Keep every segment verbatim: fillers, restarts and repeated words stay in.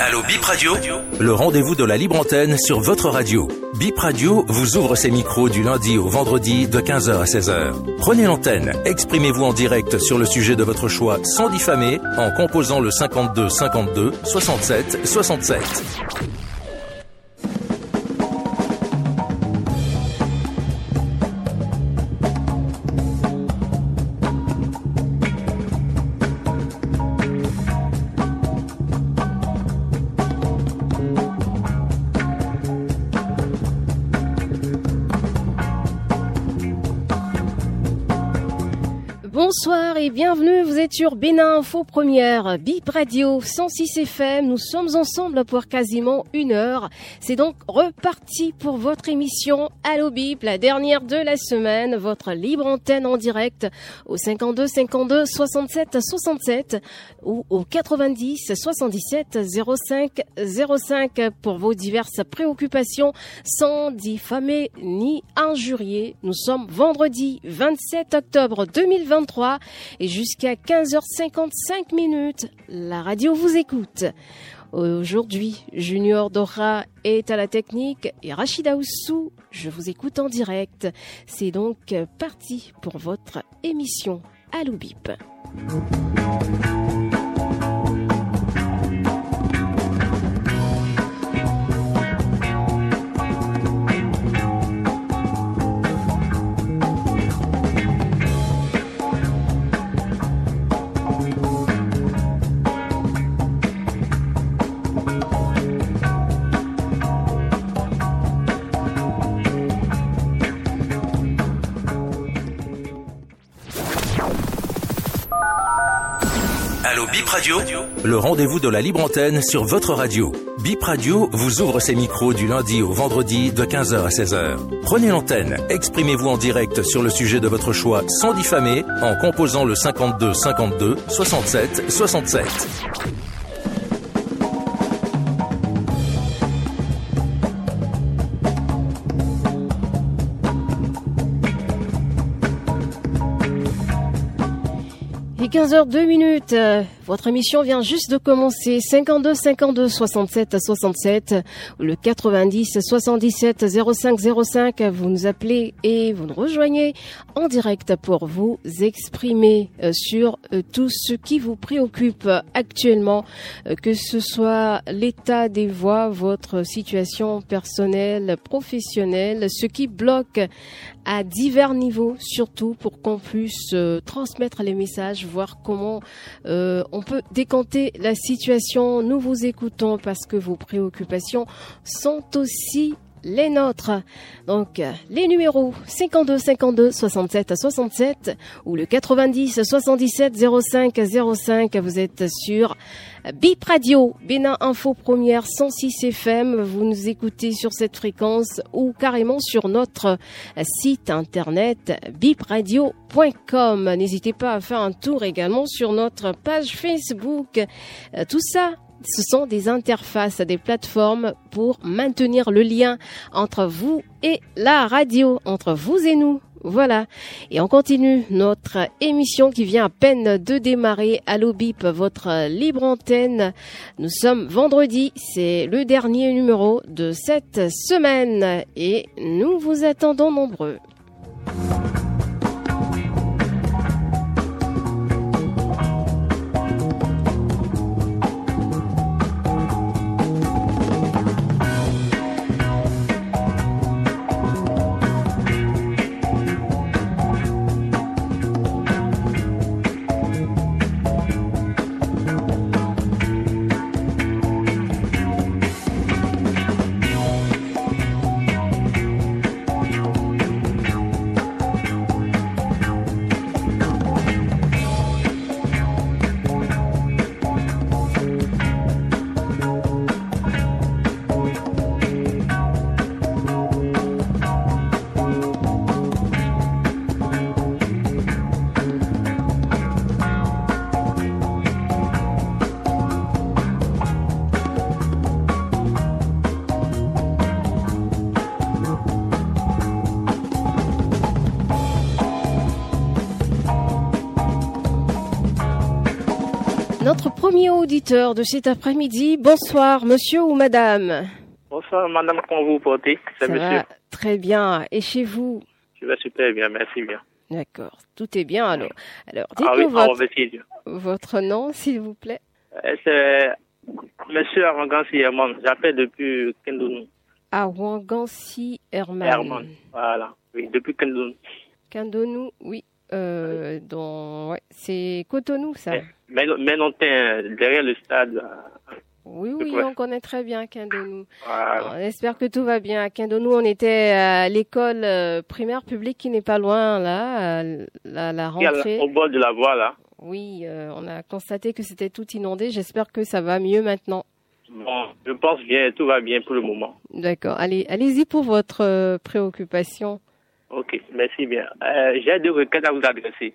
Allô Bip Radio, le rendez-vous de la libre antenne sur votre radio. Bip Radio vous ouvre ses micros du lundi au vendredi de quinze heures à seize heures. Prenez l'antenne, exprimez-vous en direct sur le sujet de votre choix sans diffamer en composant le cinquante-deux cinquante-deux soixante-sept soixante-sept. Bonsoir et bienvenue, vous êtes sur Bénin Info Première, Bip Radio cent six F M, nous sommes ensemble pour quasiment une heure. C'est donc reparti pour votre émission Allo Bip, la dernière de la semaine, votre libre antenne en direct au cinquante-deux cinquante-deux soixante-sept soixante-sept ou au quatre-vingt-dix soixante-dix-sept zéro cinq zéro cinq pour vos diverses préoccupations sans diffamer ni injurier. Nous sommes vendredi vingt-sept octobre deux mille vingt-trois et jusqu'à quinze heures cinquante-cinq minutes, la radio vous écoute. Aujourd'hui, Junior Dora est à la technique et Rachida Oussou, je vous écoute en direct. C'est donc parti pour votre émission Allo Bip. Allô Bip Radio, le rendez-vous de la libre antenne sur votre radio. Bip Radio vous ouvre ses micros du lundi au vendredi de quinze heures à seize heures. Prenez l'antenne, exprimez-vous en direct sur le sujet de votre choix sans diffamer en composant le cinquante-deux cinquante-deux soixante-sept soixante-sept. quinze heures deux minutes, votre émission vient juste de commencer. Cinquante-deux cinquante-deux soixante-sept soixante-sept ou le quatre-vingt-dix soixante-dix-sept zéro cinq zéro cinq, vous nous appelez et vous nous rejoignez en direct pour vous exprimer sur tout ce qui vous préoccupe actuellement, que ce soit l'état des voix, votre situation personnelle, professionnelle, ce qui bloque à divers niveaux, surtout pour qu'on puisse euh, transmettre les messages, voir comment euh, on peut décanter la situation. Nous vous écoutons parce que vos préoccupations sont aussi les nôtres. Donc, les numéros cinquante-deux cinquante-deux soixante-sept soixante-sept ou le quatre-vingt-dix soixante-dix-sept zéro cinq zéro cinq. Vous êtes sur Bip Radio, Bénin Info Première cent six F M. Vous nous écoutez sur cette fréquence ou carrément sur notre site internet bip radio point com. N'hésitez pas à faire un tour également sur notre page Facebook. Tout ça, ce sont des interfaces, des plateformes pour maintenir le lien entre vous et la radio, entre vous et nous. Voilà. Et on continue notre émission qui vient à peine de démarrer. Allo Bip, votre libre antenne. Nous sommes vendredi, c'est le dernier numéro de cette semaine et nous vous attendons nombreux. Notre premier auditeur de cet après-midi. Bonsoir, monsieur ou madame? Bonsoir, madame, comment vous vous portez? C'est Ça monsieur. va très bien. Et chez vous? Je vais super bien, merci bien. D'accord, tout est bien alors. Alors, Ah oui, dites-nous on votre, va essayer. votre nom, s'il vous plaît. Euh, C'est monsieur Arangansi Herman. J'appelle depuis Kendonou. À Wangansi Herman. Herman, voilà. Oui, depuis Kendonou. Kandonou, oui. Euh, dans, ouais, c'est Cotonou, ça. Mais, mais non, t'es derrière le stade. euh, Oui, oui, Ouais. on connaît très bien Kandonou. Voilà. On espère que tout va bien. À Kandonou, on était à l'école euh, primaire publique qui n'est pas loin, là, à la, la Il y a rentrée. la- au bord de la voie, là. Oui, euh, on a constaté que c'était tout inondé. J'espère que ça va mieux maintenant. Bon, je pense bien, tout va bien pour le moment. D'accord. Allez, allez-y pour votre euh, préoccupation. Ok, merci bien. Euh, j'ai deux requêtes à vous adresser.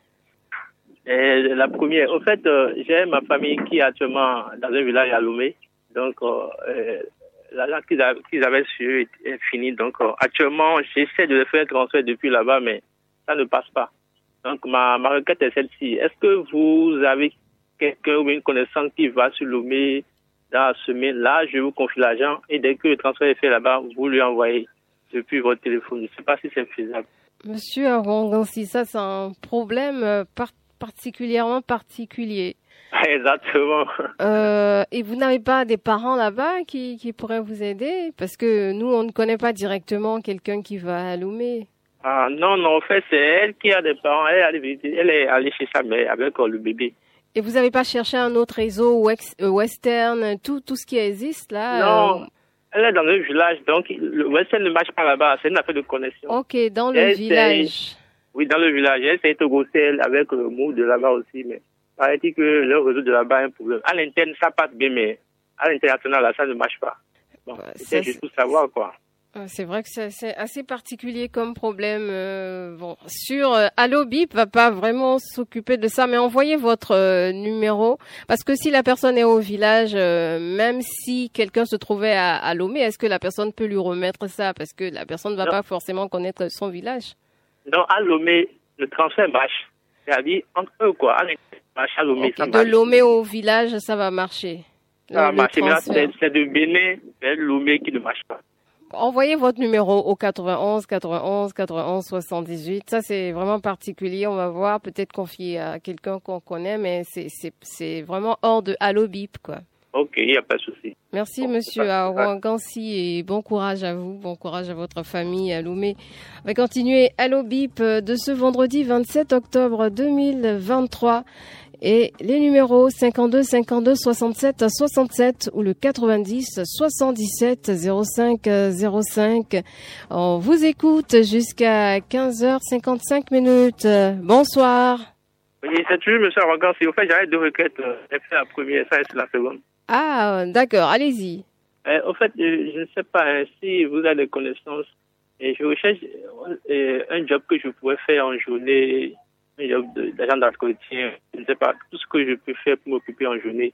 Euh, la première, au fait, euh, j'ai ma famille qui est actuellement dans un village à Lomé. Donc, euh, euh, l'argent qu'ils, a- qu'ils avaient sur eux est, est fini. Donc, euh, actuellement, j'essaie de le faire transférer depuis là-bas, mais ça ne passe pas. Donc, ma, ma requête est celle-ci. Est-ce que vous avez quelqu'un ou une connaissance qui va sur Lomé dans la semaine? Là, je vous confie l'argent et dès que le transfert est fait là-bas, vous lui envoyez depuis votre téléphone. Je ne sais pas si c'est faisable. Monsieur Arangansi, ça c'est un problème euh, par- particulièrement particulier. Exactement. Euh, et vous n'avez pas des parents là-bas qui, qui pourraient vous aider? Parce que nous, on ne connaît pas directement quelqu'un qui va à Lomé. Ah, non, non, en fait, c'est elle qui a des parents. Elle est allée, visiter- elle est allée chez sa mère avec euh, le bébé. Et vous n'avez pas cherché un autre réseau wex- euh, western, tout, tout ce qui existe là? Non, euh, elle est dans un village, donc le western ne marche pas là-bas. C'est une affaire de connexion. Ok, dans le Elle, village. Oui, dans le village. Elle s'est grosser avec le mot de là-bas aussi, mais paraît-il que le réseau de là-bas a un problème. À l'interne, ça passe bien, mais à l'international, là, ça ne marche pas. Bon, Ouais, ça, c'est juste pour savoir, quoi. Euh, C'est vrai que c'est c'est assez particulier comme problème. euh, bon, sur euh, Allo Bip va pas vraiment s'occuper de ça, mais envoyez votre euh, numéro parce que si la personne est au village, euh, même si quelqu'un se trouvait à, à Lomé, est-ce que la personne peut lui remettre ça parce que la personne ne va Non. pas forcément connaître son village. Donc, à Lomé, le transfert marche. C'est-à-dire, entre eux, quoi. À l'interne, marche à Lomé, Ok, ça de marche. Lomé au village, ça va marcher. Ça Le- marche. le Mais là, transfert. c'est c'est de Bénin vers Lomé qui ne marche pas. Envoyez votre numéro au quatre-vingt-onze quatre-vingt-onze quatre-vingt-onze soixante-dix-huit. Ça, c'est vraiment particulier. On va voir, peut-être confier à quelqu'un qu'on connaît, mais c'est, c'est, c'est vraiment hors de Allo Bip, quoi. Ok, il n'y a pas de souci. Merci, Bon, monsieur c'est pas- Awangansi, et bon courage à vous, bon courage à votre famille à Lomé. On va continuer Allo Bip de ce vendredi vingt-sept octobre deux mille vingt-trois. Et les numéros cinquante-deux cinquante-deux soixante-sept soixante-sept ou le quatre-vingt-dix soixante-dix-sept zéro cinq zéro cinq. On vous écoute jusqu'à quinze heures cinquante-cinq minutes. Bonsoir. Oui, c'est toujours M. Arrogant. Si au fait, j'arrête de requêtes. euh, J'ai fait la première, ça c'est la seconde. Ah, d'accord, allez-y. Euh, au fait, euh, je ne sais pas hein, si vous avez des connaissances. Et je recherche euh, un job que je pourrais faire en journée, un job de- d'agent d'entretien. Je ne sais pas, tout ce que je peux faire pour m'occuper en journée.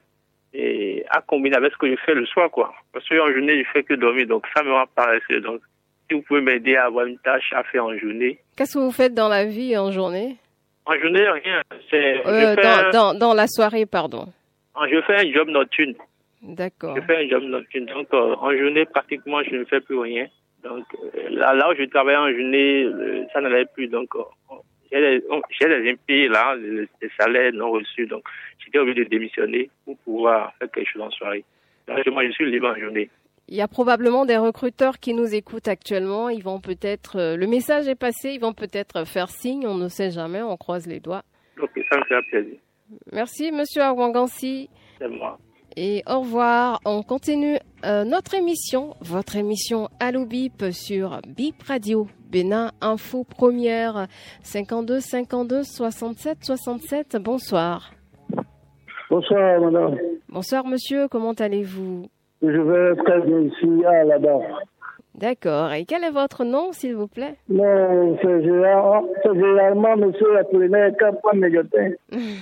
Et à combiner avec ce que je fais le soir, quoi. Parce qu'en journée, je fais que dormir, donc ça me rend paresseux. Donc, si vous pouvez m'aider à avoir une tâche à faire en journée. Qu'est-ce que vous faites dans la vie en journée? En journée, rien. C'est, Euh, je, fais dans, un, dans, dans la soirée, pardon. je fais un job nocturne. D'accord. Je fais un job nocturne. Donc, euh, en journée, pratiquement, je ne fais plus rien. Donc, euh, là, là où je travaille en journée, euh, ça n'allait plus. Donc, euh, j'ai des, on- j'ai des impayés là, des, des salaires non reçus. Donc, j'étais obligé de démissionner pour pouvoir faire quelque chose en soirée. Donc, moi, je suis libre en journée. Il y a probablement des recruteurs qui nous écoutent actuellement. Ils vont peut-être, euh, le message est passé, ils vont peut-être faire signe. On ne sait jamais, on croise les doigts. Donc, ça me fait plaisir. Merci, monsieur Awangansi. C'est moi. Et au revoir. On continue euh, notre émission, votre émission Allo Bip sur Bip Radio. Bénin Info Première, cinquante-deux cinquante-deux soixante-sept soixante-sept. Bonsoir. Bonsoir, madame. Bonsoir, monsieur. Comment allez-vous? Je vais très bien ici à là-bas. D'accord. Et quel est votre nom, s'il vous plaît? Non, c'est général- c'est généralement monsieur Apollinaire Capon Mégatin.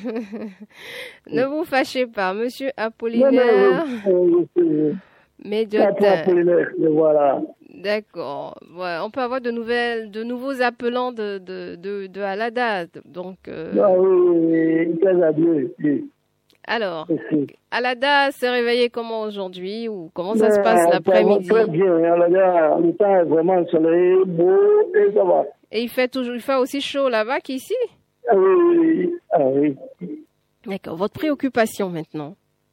Ne vous fâchez pas, monsieur Non, Apollinaire. non, je suis Médiotin. Apollinaire, voilà. D'accord. Ouais, on peut avoir de nouvelles, de nouveaux appelants de de de, de Alada. Donc. euh, Ah oui, oui, oui, très adieu. Oui. Alors, Merci. Alada s'est réveillé comment aujourd'hui ou comment ça Mais, se passe euh, l'après-midi? Très bien. Alada, le temps est vraiment ensoleillé, beau, et ça va. Et il fait toujours, il fait aussi chaud là-bas qu'ici? Ah oui, ah oui. D'accord. Votre préoccupation maintenant?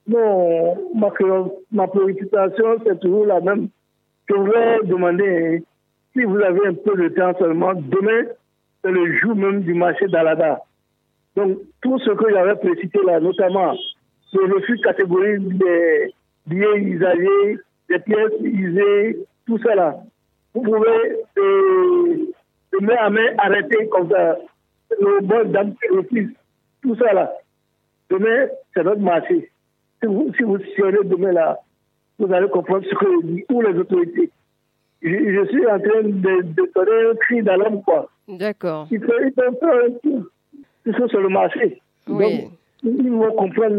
Non, ma, ma préoccupation, c'est toujours la même. Je voudrais demander, si vous avez un peu de temps seulement, demain, c'est le jour même du marché d'Alada. Donc, tout ce que j'avais précisé là, notamment le refus catégorique des billets usagés, des pièces usées, tout ça là, vous pouvez euh, de main à main arrêter comme ça le bon dame qui refuse tout ça là. Demain, c'est notre marché. Si vous, si vous serez demain là, vous allez comprendre ce que disent tous les autorités. Je, je suis en train de, de donner un cri d'alarme, quoi. D'accord. Il faut, il faut faire un tour. Ils sont sur le marché. Oui. Donc, ils vont comprendre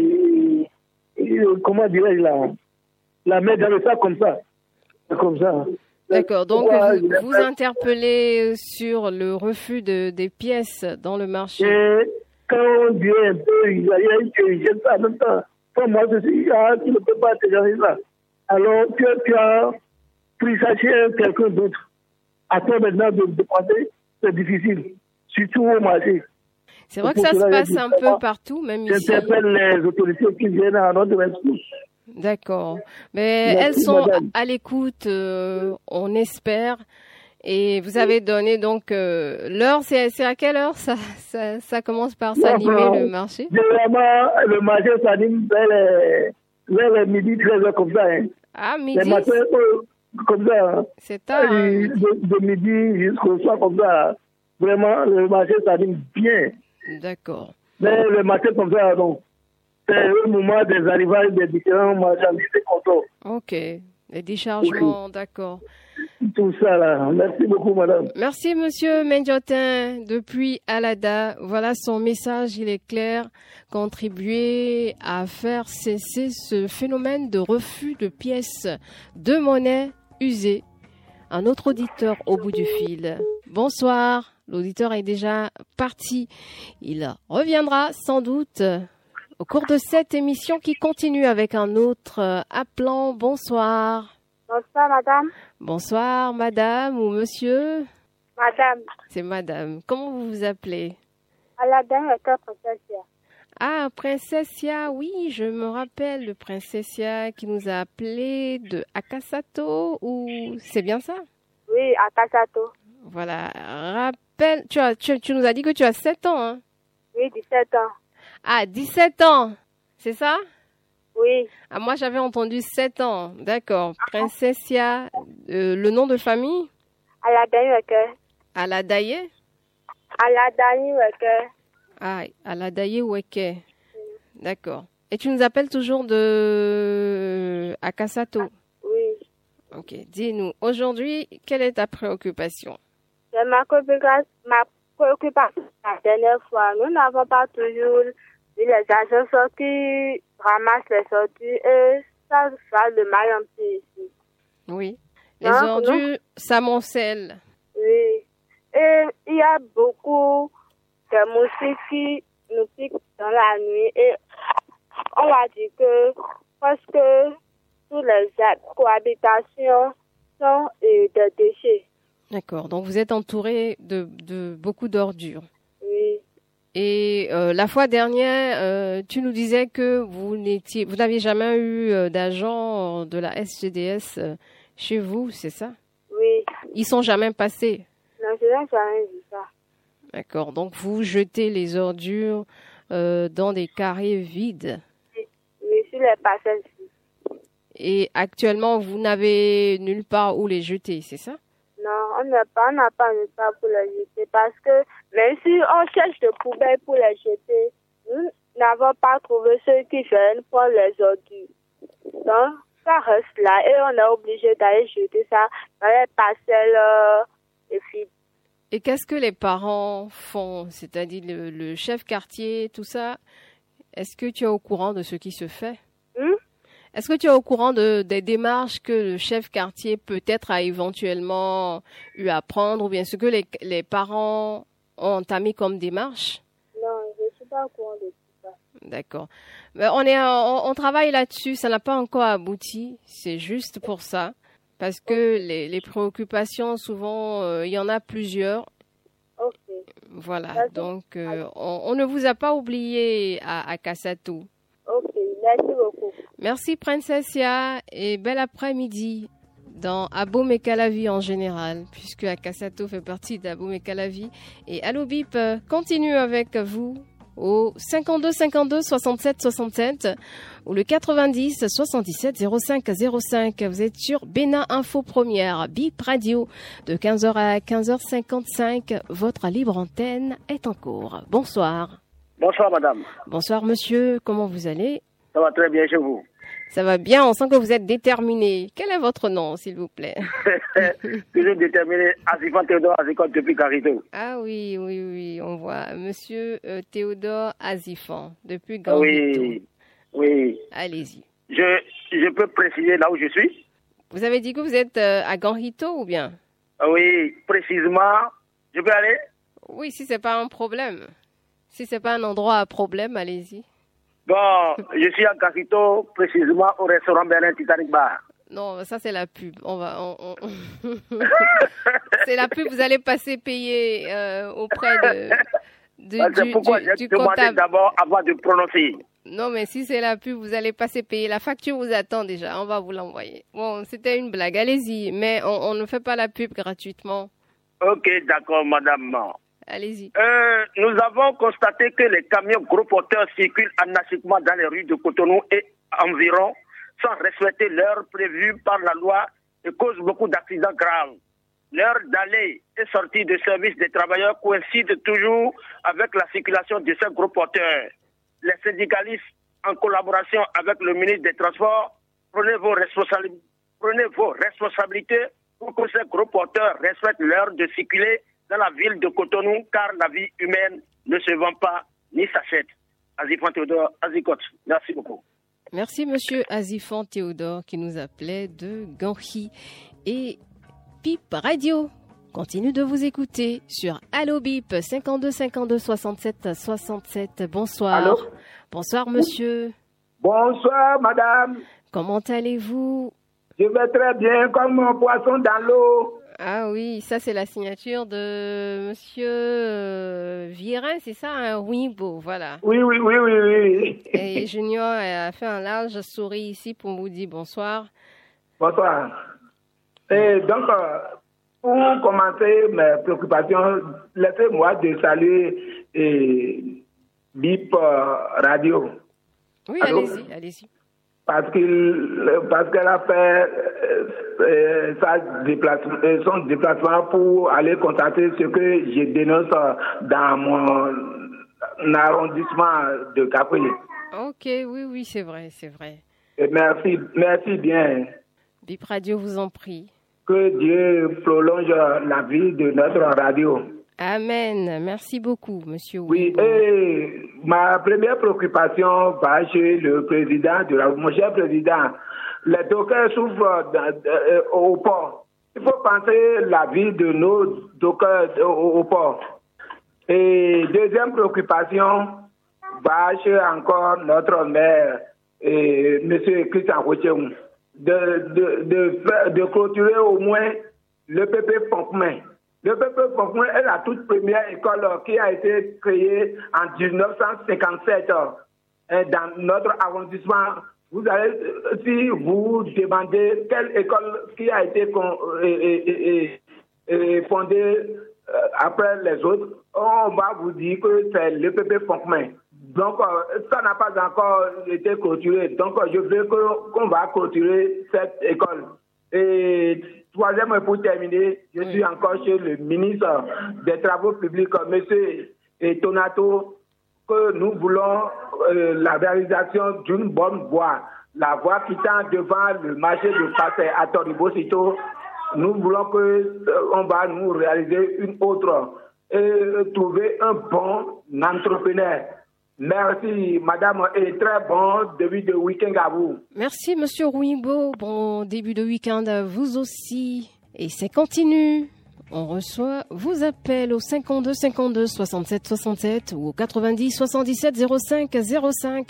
et, et, comment dirais-je la, la mettre dans le sac comme ça. Comme ça. D'accord. Donc, Ouais, vous, vous interpellez sur le refus de, des pièces dans le marché. Et quand on dit un peu, il y a une qui j'aime ça en même temps. Pour moi, je suis, ah, tu ne peux pas te gérer ça. Alors, tu, tu as pris ça chez quelqu'un d'autre. À toi maintenant de demander, c'est difficile. Surtout au marché. C'est vrai que ça se passe un peu partout, même ici. J'interpelle les autorités qui viennent à notre rescousse. D'accord. Mais Merci, elles sont madame. à l'écoute, euh, on espère. Et vous avez donné donc euh, l'heure, c'est, c'est à quelle heure ça, ça, ça commence par s'animer Non, le marché? Généralement, le marché s'anime vers les, vers les midi, treize heures comme ça. Hein. Ah, Les midi, matins, euh, comme ça. Hein. c'est tard. Et hein. De, de midi jusqu'au soir comme ça. Vraiment, le marché s'anime bien. D'accord. Mais le matin comme ça, donc, c'est le moment des arrivages des différents marchandises et comptoirs. Ok. Les déchargements, d'accord. Tout ça là. Merci beaucoup, madame. Merci, monsieur Mendiotin, depuis Alada. Voilà son message, il est clair. Contribuer à faire cesser ce phénomène de refus de pièces de monnaie usées. Un autre auditeur au bout du fil. Bonsoir. L'auditeur est déjà parti. Il reviendra sans doute au cours de cette émission qui continue avec un autre appelant. Bonsoir. Bonsoir, madame. Bonsoir, madame ou monsieur? Madame, C'est madame. Comment vous vous appelez? à la dernière princesse. Ah, Princessia, oui, je me rappelle de Princessia qui nous a appelé de Akasato, ou c'est bien ça? Oui, à Kasato. Voilà. Rappelle, tu, as, tu, tu nous as dit que tu as sept ans, hein? Oui, dix-sept ans. Ah, dix-sept ans, c'est ça? Oui, Ah, moi j'avais entendu sept ans. D'accord. Princessia, euh, le nom de famille? à la dernière Aladaye? À la dernière Ah, Aladaye Weke. D'accord. Et tu nous appelles toujours de Akasato? Oui. Ok. Dis-nous, aujourd'hui, quelle est ta préoccupation? C'est ma préoccupation, ma préoccupation. La dernière fois, nous n'avons pas toujours vu les agents qui ramassent les ordures et ça fait le mal un peu ici. Oui. Les Non, ordures s'amoncellent. Oui. Et il y a beaucoup de moustiques qui nous piquent dans la nuit et on va dire que presque toutes les cohabitations sont euh, des déchets. D'accord. Donc vous êtes entouré de, de beaucoup d'ordures. Oui. Et euh, la fois dernière, euh, tu nous disais que vous n'étiez, vous n'aviez jamais eu euh, d'agent de la S G D S euh, chez vous, c'est ça? Oui. Ils sont jamais passés. Non, je n'ai jamais vu ça. D'accord. Donc vous jetez les ordures euh, dans des carrés vides. Mais sur les parcelles. Et actuellement, vous n'avez nulle part où les jeter, c'est ça? Non, on n'a pas, on n'a pas nulle part pour les jeter parce que même si on cherche de poubelles pour les jeter, nous n'avons pas trouvé ceux qui viennent prendre les ordures. Donc, ça reste là et on est obligé d'aller jeter ça dans les parcelles euh, et vides. Et qu'est-ce que les parents font? C'est-à-dire le, le chef quartier, tout ça. Est-ce que tu es au courant de ce qui se fait? Hmm? Est-ce que tu es au courant de, des démarches que le chef quartier peut-être a éventuellement eu à prendre ou bien ce que les, les parents ont entamé comme démarche? Non, je ne suis pas au courant de tout ça. D'accord. Mais on, est, on, on travaille là-dessus, ça n'a pas encore abouti, c'est juste pour ça. Parce que les, les préoccupations, souvent, euh, il y en a plusieurs. Ok. Voilà, Merci. donc euh, on, on ne vous a pas oublié à, à Kassatou. Ok, merci beaucoup. Merci Princessia et bel après-midi dans Aboum et Calavi en général, puisque Akasato fait partie d'Aboum et Calavi. Et Allo Bip euh, continue avec vous au cinquante-deux cinquante-deux soixante-sept soixante-sept ou le quatre-vingt-dix soixante-dix-sept zéro cinq zéro cinq. Vous êtes sur Bénin Info Première, Bip Radio, de quinze heures à quinze heures cinquante-cinq. Votre libre antenne est en cours. Bonsoir. Bonsoir madame. Bonsoir monsieur, comment vous allez? Ça va très bien chez vous. Ça va bien, on sent que vous êtes déterminé. Quel est votre nom, s'il vous plaît? Toujours déterminé, Azifan Théodore Azikot depuis Garito. Ah oui, oui, oui, on voit Monsieur euh, Théodore Azifan depuis Garito. Oui, oui. Allez-y. Je, je peux préciser là où je suis? Vous avez dit que vous êtes euh, à Ganrito ou bien? Oui, précisément. Je peux aller? Oui, si c'est pas un problème. Si c'est pas un endroit à problème, allez-y. Bon, je suis à Garito, précisément au restaurant Berlin Titanic Bar. Non, ça c'est la pub. On va, on, on... c'est la pub. Vous allez passer payer euh, auprès de, de c'est du, pourquoi du, j'ai du demandé comptable. d'abord avant de prononcer. Non, mais si c'est la pub, vous allez passer payer. La facture vous attend déjà. On va vous l'envoyer. Bon, c'était une blague. Allez-y. Mais on, on ne fait pas la pub gratuitement. Ok, d'accord, madame. Allez-y. Euh, nous avons constaté que les camions gros porteurs circulent anarchiquement dans les rues de Cotonou et environ sans respecter l'heure prévue par la loi et causent beaucoup d'accidents graves. L'heure d'aller et sortie de service des travailleurs coïncide toujours avec la circulation de ces gros porteurs. Les syndicalistes, en collaboration avec le ministre des Transports, prenez vos, responsabili- prenez vos responsabilités pour que ces gros porteurs respectent l'heure de circuler dans la ville de Cotonou, car la vie humaine ne se vend pas ni s'achète. Azifan Théodore Azikot, merci beaucoup. Merci Monsieur Azifan Théodore qui nous appelait de Ganhi. Et Bip Radio continue de vous écouter sur Allo Bip cinquante-deux cinquante-deux soixante-sept soixante-sept. Bonsoir. Allô? Bonsoir monsieur. Bonsoir, madame. Comment allez-vous? Je vais très bien, comme un poisson dans l'eau. Ah oui, ça c'est la signature de Monsieur euh, Vierin, c'est ça, un Wimbo, voilà. Oui, oui, oui, oui, oui. Et Junior a fait un large sourire ici pour vous dire bonsoir. Bonsoir. Et donc, euh, pour commencer mes préoccupations, laissez-moi de saluer et, Bip euh, Radio. Oui, Allô? allez-y, allez-y. Parce qu'il, parce qu'elle a fait euh, sa déplacement, euh, son déplacement pour aller constater ce que je dénonce dans mon arrondissement de Capri. Ok, oui, oui, c'est vrai, c'est vrai. Et merci, merci bien. Bip Radio vous en prie. Que Dieu prolonge la vie de notre radio. Amen. Merci beaucoup, Monsieur Oui, Wimbo. et ma première préoccupation va chez le président de la... Mon cher président, les dockers souffrent de, de, de, au port. Il faut penser la vie de nos dockers au, au port. Et deuxième préoccupation va chez encore notre maire, et M. Christian Rocheum, de, de, de, de, de clôturer au moins le P P Pompmin. Le P P Pompmin est la toute première école qui a été créée en dix-neuf cent cinquante-sept dans notre arrondissement. Vous allez, si vous demandez quelle école qui a été con, et, et, et, et fondée après les autres, on va vous dire que c'est le P P Pompmin. Donc, ça n'a pas encore été clôturé. Donc, je veux que, qu'on va clôturer cette école. Et troisième, pour terminer, je suis encore chez le ministre des Travaux publics, M. Tonato, que nous voulons euh, la réalisation d'une bonne voie. La voie quittant devant le marché de Passé à Toribosito, nous voulons que euh, on va nous réaliser une autre et trouver un bon entrepreneur. Merci, madame, et très bon début de week-end à vous. Merci, Monsieur Wimbo. Bon début de week-end à vous aussi. Et c'est continu. On reçoit vos appels au cinquante-deux cinquante-deux soixante-sept soixante-sept ou au quatre-vingt-dix soixante-dix-sept zéro cinq zéro cinq.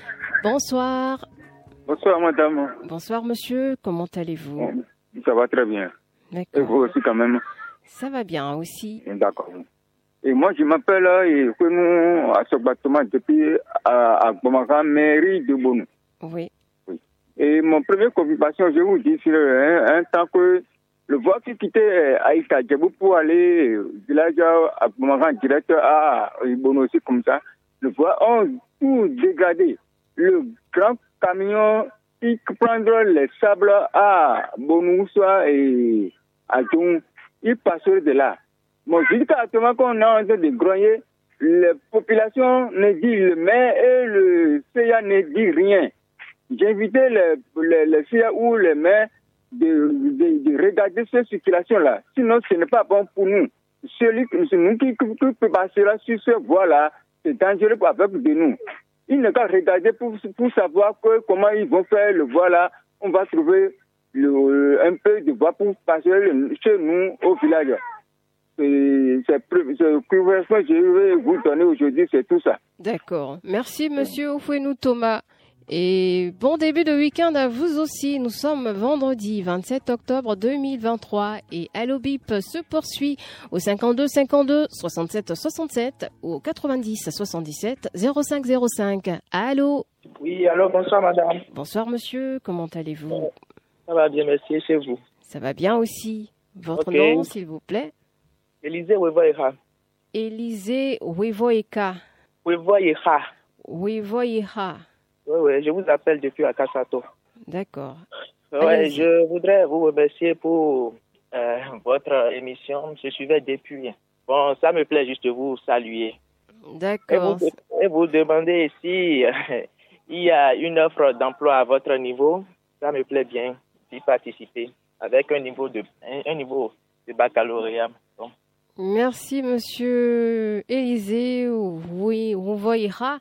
Bonsoir. Bonsoir madame. Bonsoir monsieur, comment allez-vous? Ça va très bien. D'accord. Et vous aussi quand même? Ça va bien aussi. D'accord. Et moi je m'appelle et que nous à ce bâtiment depuis à, à Bamako, mairie de Bonou. Oui. Oui. Et mon première occupation, je vous dis, c'est un, un temps que le voie qui quittait Aïka Djabou pour aller au village à Bamako direct à Bonou aussi comme ça, le voie ont tout dégradé. Le grand camion qui prendra les sables à Bonoussa et à Djoum, il passerait de là. Bon, jusqu'à actuellement qu'on est en train de grogner, la population ne dit le maire et le C A ne dit rien. J'ai invité le, le, le C A ou le maire de, de, de regarder cette situation-là. Sinon, ce n'est pas bon pour nous. Celui qui, nous qui, qui, qui peut passer là sur ce voie-là, c'est dangereux avec de nous. Il n'a qu'à regarder pour, pour savoir que, comment ils vont faire le voie-là. On va trouver le, un peu de voie pour passer chez nous au village. C'est ce que je vais vous donner aujourd'hui, c'est tout ça. D'accord. Merci, monsieur Oufouenou Thomas. Et bon début de week-end à vous aussi. Nous sommes vendredi vingt-sept octobre deux mille vingt-trois et Allo Bip se poursuit au cinquante-deux cinquante-deux soixante-sept soixante-sept ou au quatre-vingt-dix soixante-dix-sept zéro cinq zéro cinq. Allô? Oui, allô, bonsoir madame. Bonsoir monsieur, comment allez-vous? Ça va bien, merci, chez vous? Ça va bien aussi. Votre Okay. nom, s'il vous plaît? Élisée Wevoyeha. Élisée Wevoyeka. Wevoyeha. Wevoyeha. Oui, oui, je vous appelle depuis Akasato. D'accord. Ouais, je voudrais vous remercier pour euh, votre émission. Je suivais depuis. Bon, ça me plaît juste de vous saluer. D'accord. Et vous, et vous demander si euh, il y a une offre d'emploi à votre niveau. Ça me plaît bien d'y participer avec un niveau de, un, un niveau de baccalauréat. Bon. Merci, monsieur Élisée. Oui, on voyera.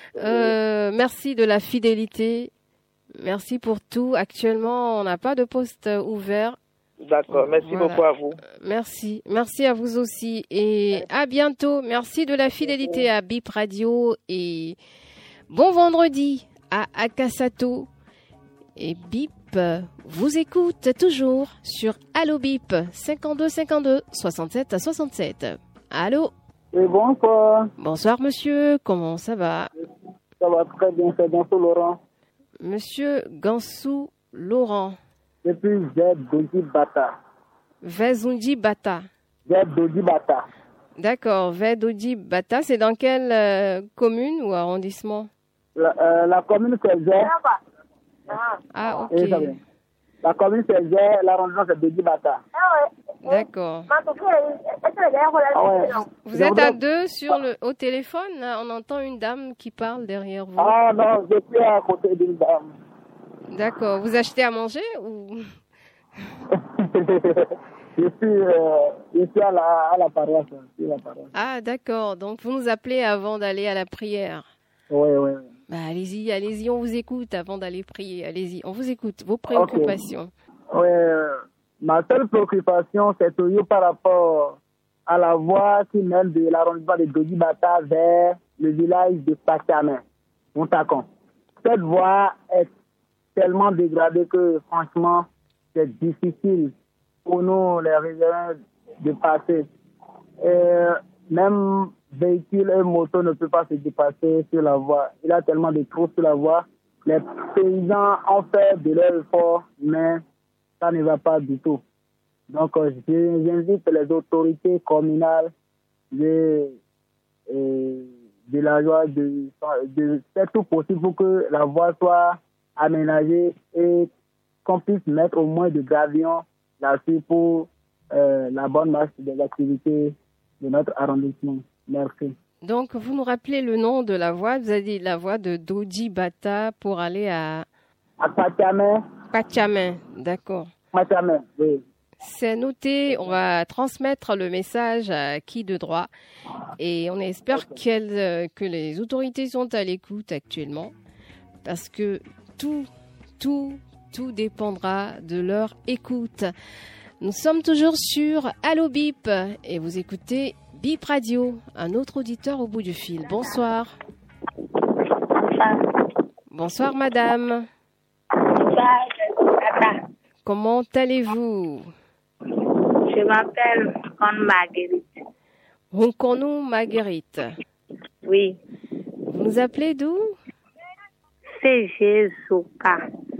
Euh, merci de la fidélité. Merci pour tout. Actuellement, on n'a pas de poste ouvert. D'accord. Merci Voilà. beaucoup à vous. Merci. Merci à vous aussi. Et à bientôt. Merci de la fidélité à Bip Radio. Et bon vendredi à Akasato. Et Bip vous écoute toujours sur Allo Bip cinquante-deux cinquante-deux soixante-sept soixante-sept. Allô? Et bonsoir. Bonsoir monsieur, comment ça va? Ça va très bien, c'est Gansou Laurent. Monsieur Gansou Laurent. Depuis Zed Doji Bata. Vezundi Bata. Zed Doji Bata. D'accord, Vezundi Bata, c'est dans quelle euh, commune ou arrondissement? La, euh, la commune c'est Zed. Ah, ok. Et ça vient. La commune c'est Zed, l'arrondissement c'est Doji Bata. D'accord. Ah ouais. Vous Je êtes voudrais- à deux sur le, au téléphone, là, on entend une dame qui parle derrière vous. Ah non, je suis à côté d'une dame. D'accord, vous achetez à manger ou... je suis, euh, je suis à la, à la paroisse. Je suis à la paroisse. Ah, d'accord, donc vous nous appelez avant d'aller à la prière. Oui, oui. Bah, allez-y, allez-y, on vous écoute avant d'aller prier. Allez-y, on vous écoute. Vos préoccupations. Oui, euh, ma seule préoccupation, c'est toujours par rapport à la voie qui mène de l'arrondissement de Doji Bata vers le village de Pachame, Montakon. Cette voie est tellement dégradée que, franchement, c'est difficile pour nous, les riverains, de passer. Et même véhicules et motos ne peuvent pas se dépasser sur la voie. Il y a tellement de trous sur la voie. Les paysans ont fait de leur effort, mais ça ne va pas du tout. Donc, euh, je- j'invite les autorités communales de, euh, de la joie de, de faire tout possible pour que la voie soit aménagée et qu'on puisse mettre au moins de gravillons là-dessus pour euh, la bonne marche des activités de notre arrondissement. Merci. Donc, vous nous rappelez le nom de la voie. Vous avez dit la voie de Doji Bata pour aller à À Pachame, Pachame. D'accord. Pachame, oui. C'est noté. On va transmettre le message à qui de droit. Et on espère qu'elles, euh, que les autorités sont à l'écoute actuellement. Parce que tout, tout, tout dépendra de leur écoute. Nous sommes toujours sur Allo Bip et vous écoutez Bip Radio. Un autre auditeur au bout du fil. Bonsoir. Bonsoir. Bonsoir madame. Bonsoir, Tata. Comment allez-vous? Je m'appelle Anne Marguerite. Runkonou Marguerite. Oui. Vous nous appelez d'où? C G Zoka.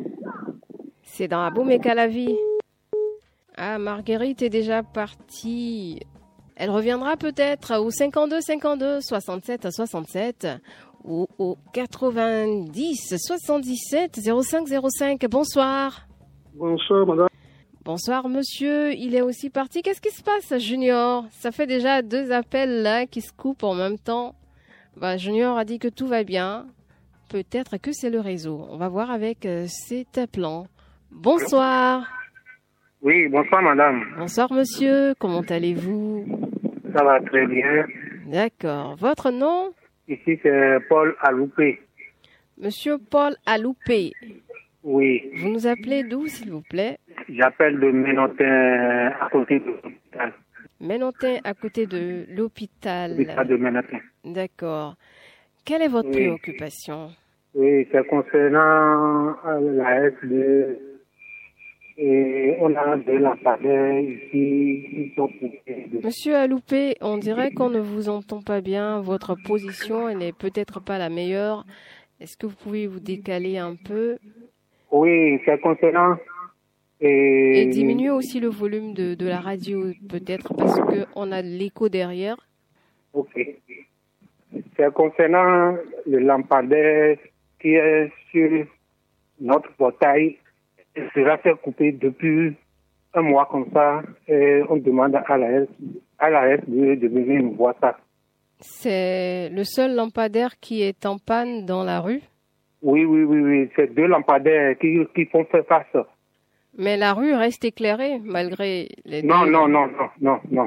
C'est dans Abomey-Calavi. Ah, Marguerite est déjà partie. Elle reviendra peut-être au cinquante-deux cinquante-deux soixante-sept à soixante-sept ou au quatre-vingt-dix soixante-dix-sept zéro cinq zéro cinq. Bonsoir. Bonsoir, madame. Bonsoir, monsieur. Il est aussi parti. Qu'est-ce qui se passe, Junior? Ça fait déjà deux appels là qui se coupent en même temps. Bah, Junior a dit que tout va bien. Peut-être que c'est le réseau. On va voir avec euh, cet appelant. Bonsoir. Oui, bonsoir, madame. Bonsoir, monsieur. Comment allez-vous? Ça va très bien. D'accord. Votre nom? Ici, c'est Paul Aloupé. Monsieur Paul Aloupé. Oui. Vous nous appelez d'où, s'il vous plaît? J'appelle de Ménotin, à côté de l'hôpital. Ménotin, à côté de l'hôpital. L'hôpital de Ménotin. D'accord. Quelle est votre Oui. préoccupation? Oui, c'est concernant la S D. Et on a des lampadaires ici qui sont coupés. Monsieur Aloupé, on dirait qu'on ne vous entend pas bien. Votre position, elle n'est peut-être pas la meilleure. Est-ce que vous pouvez vous décaler un peu? Oui, c'est concernant... Et, et diminuer aussi le volume de, de la radio, peut-être, parce qu'on a de l'écho derrière. Ok. C'est concernant le lampadaire qui est sur notre portail. Il sera fait couper depuis un mois comme ça. Et on demande à la S, à la S de, de venir nous voir ça. C'est le seul lampadaire qui est en panne dans la rue? Oui, oui, oui, oui. C'est deux lampadaires qui, qui font faire face. Mais la rue reste éclairée malgré les... Non, deux... non, non, non, non, non.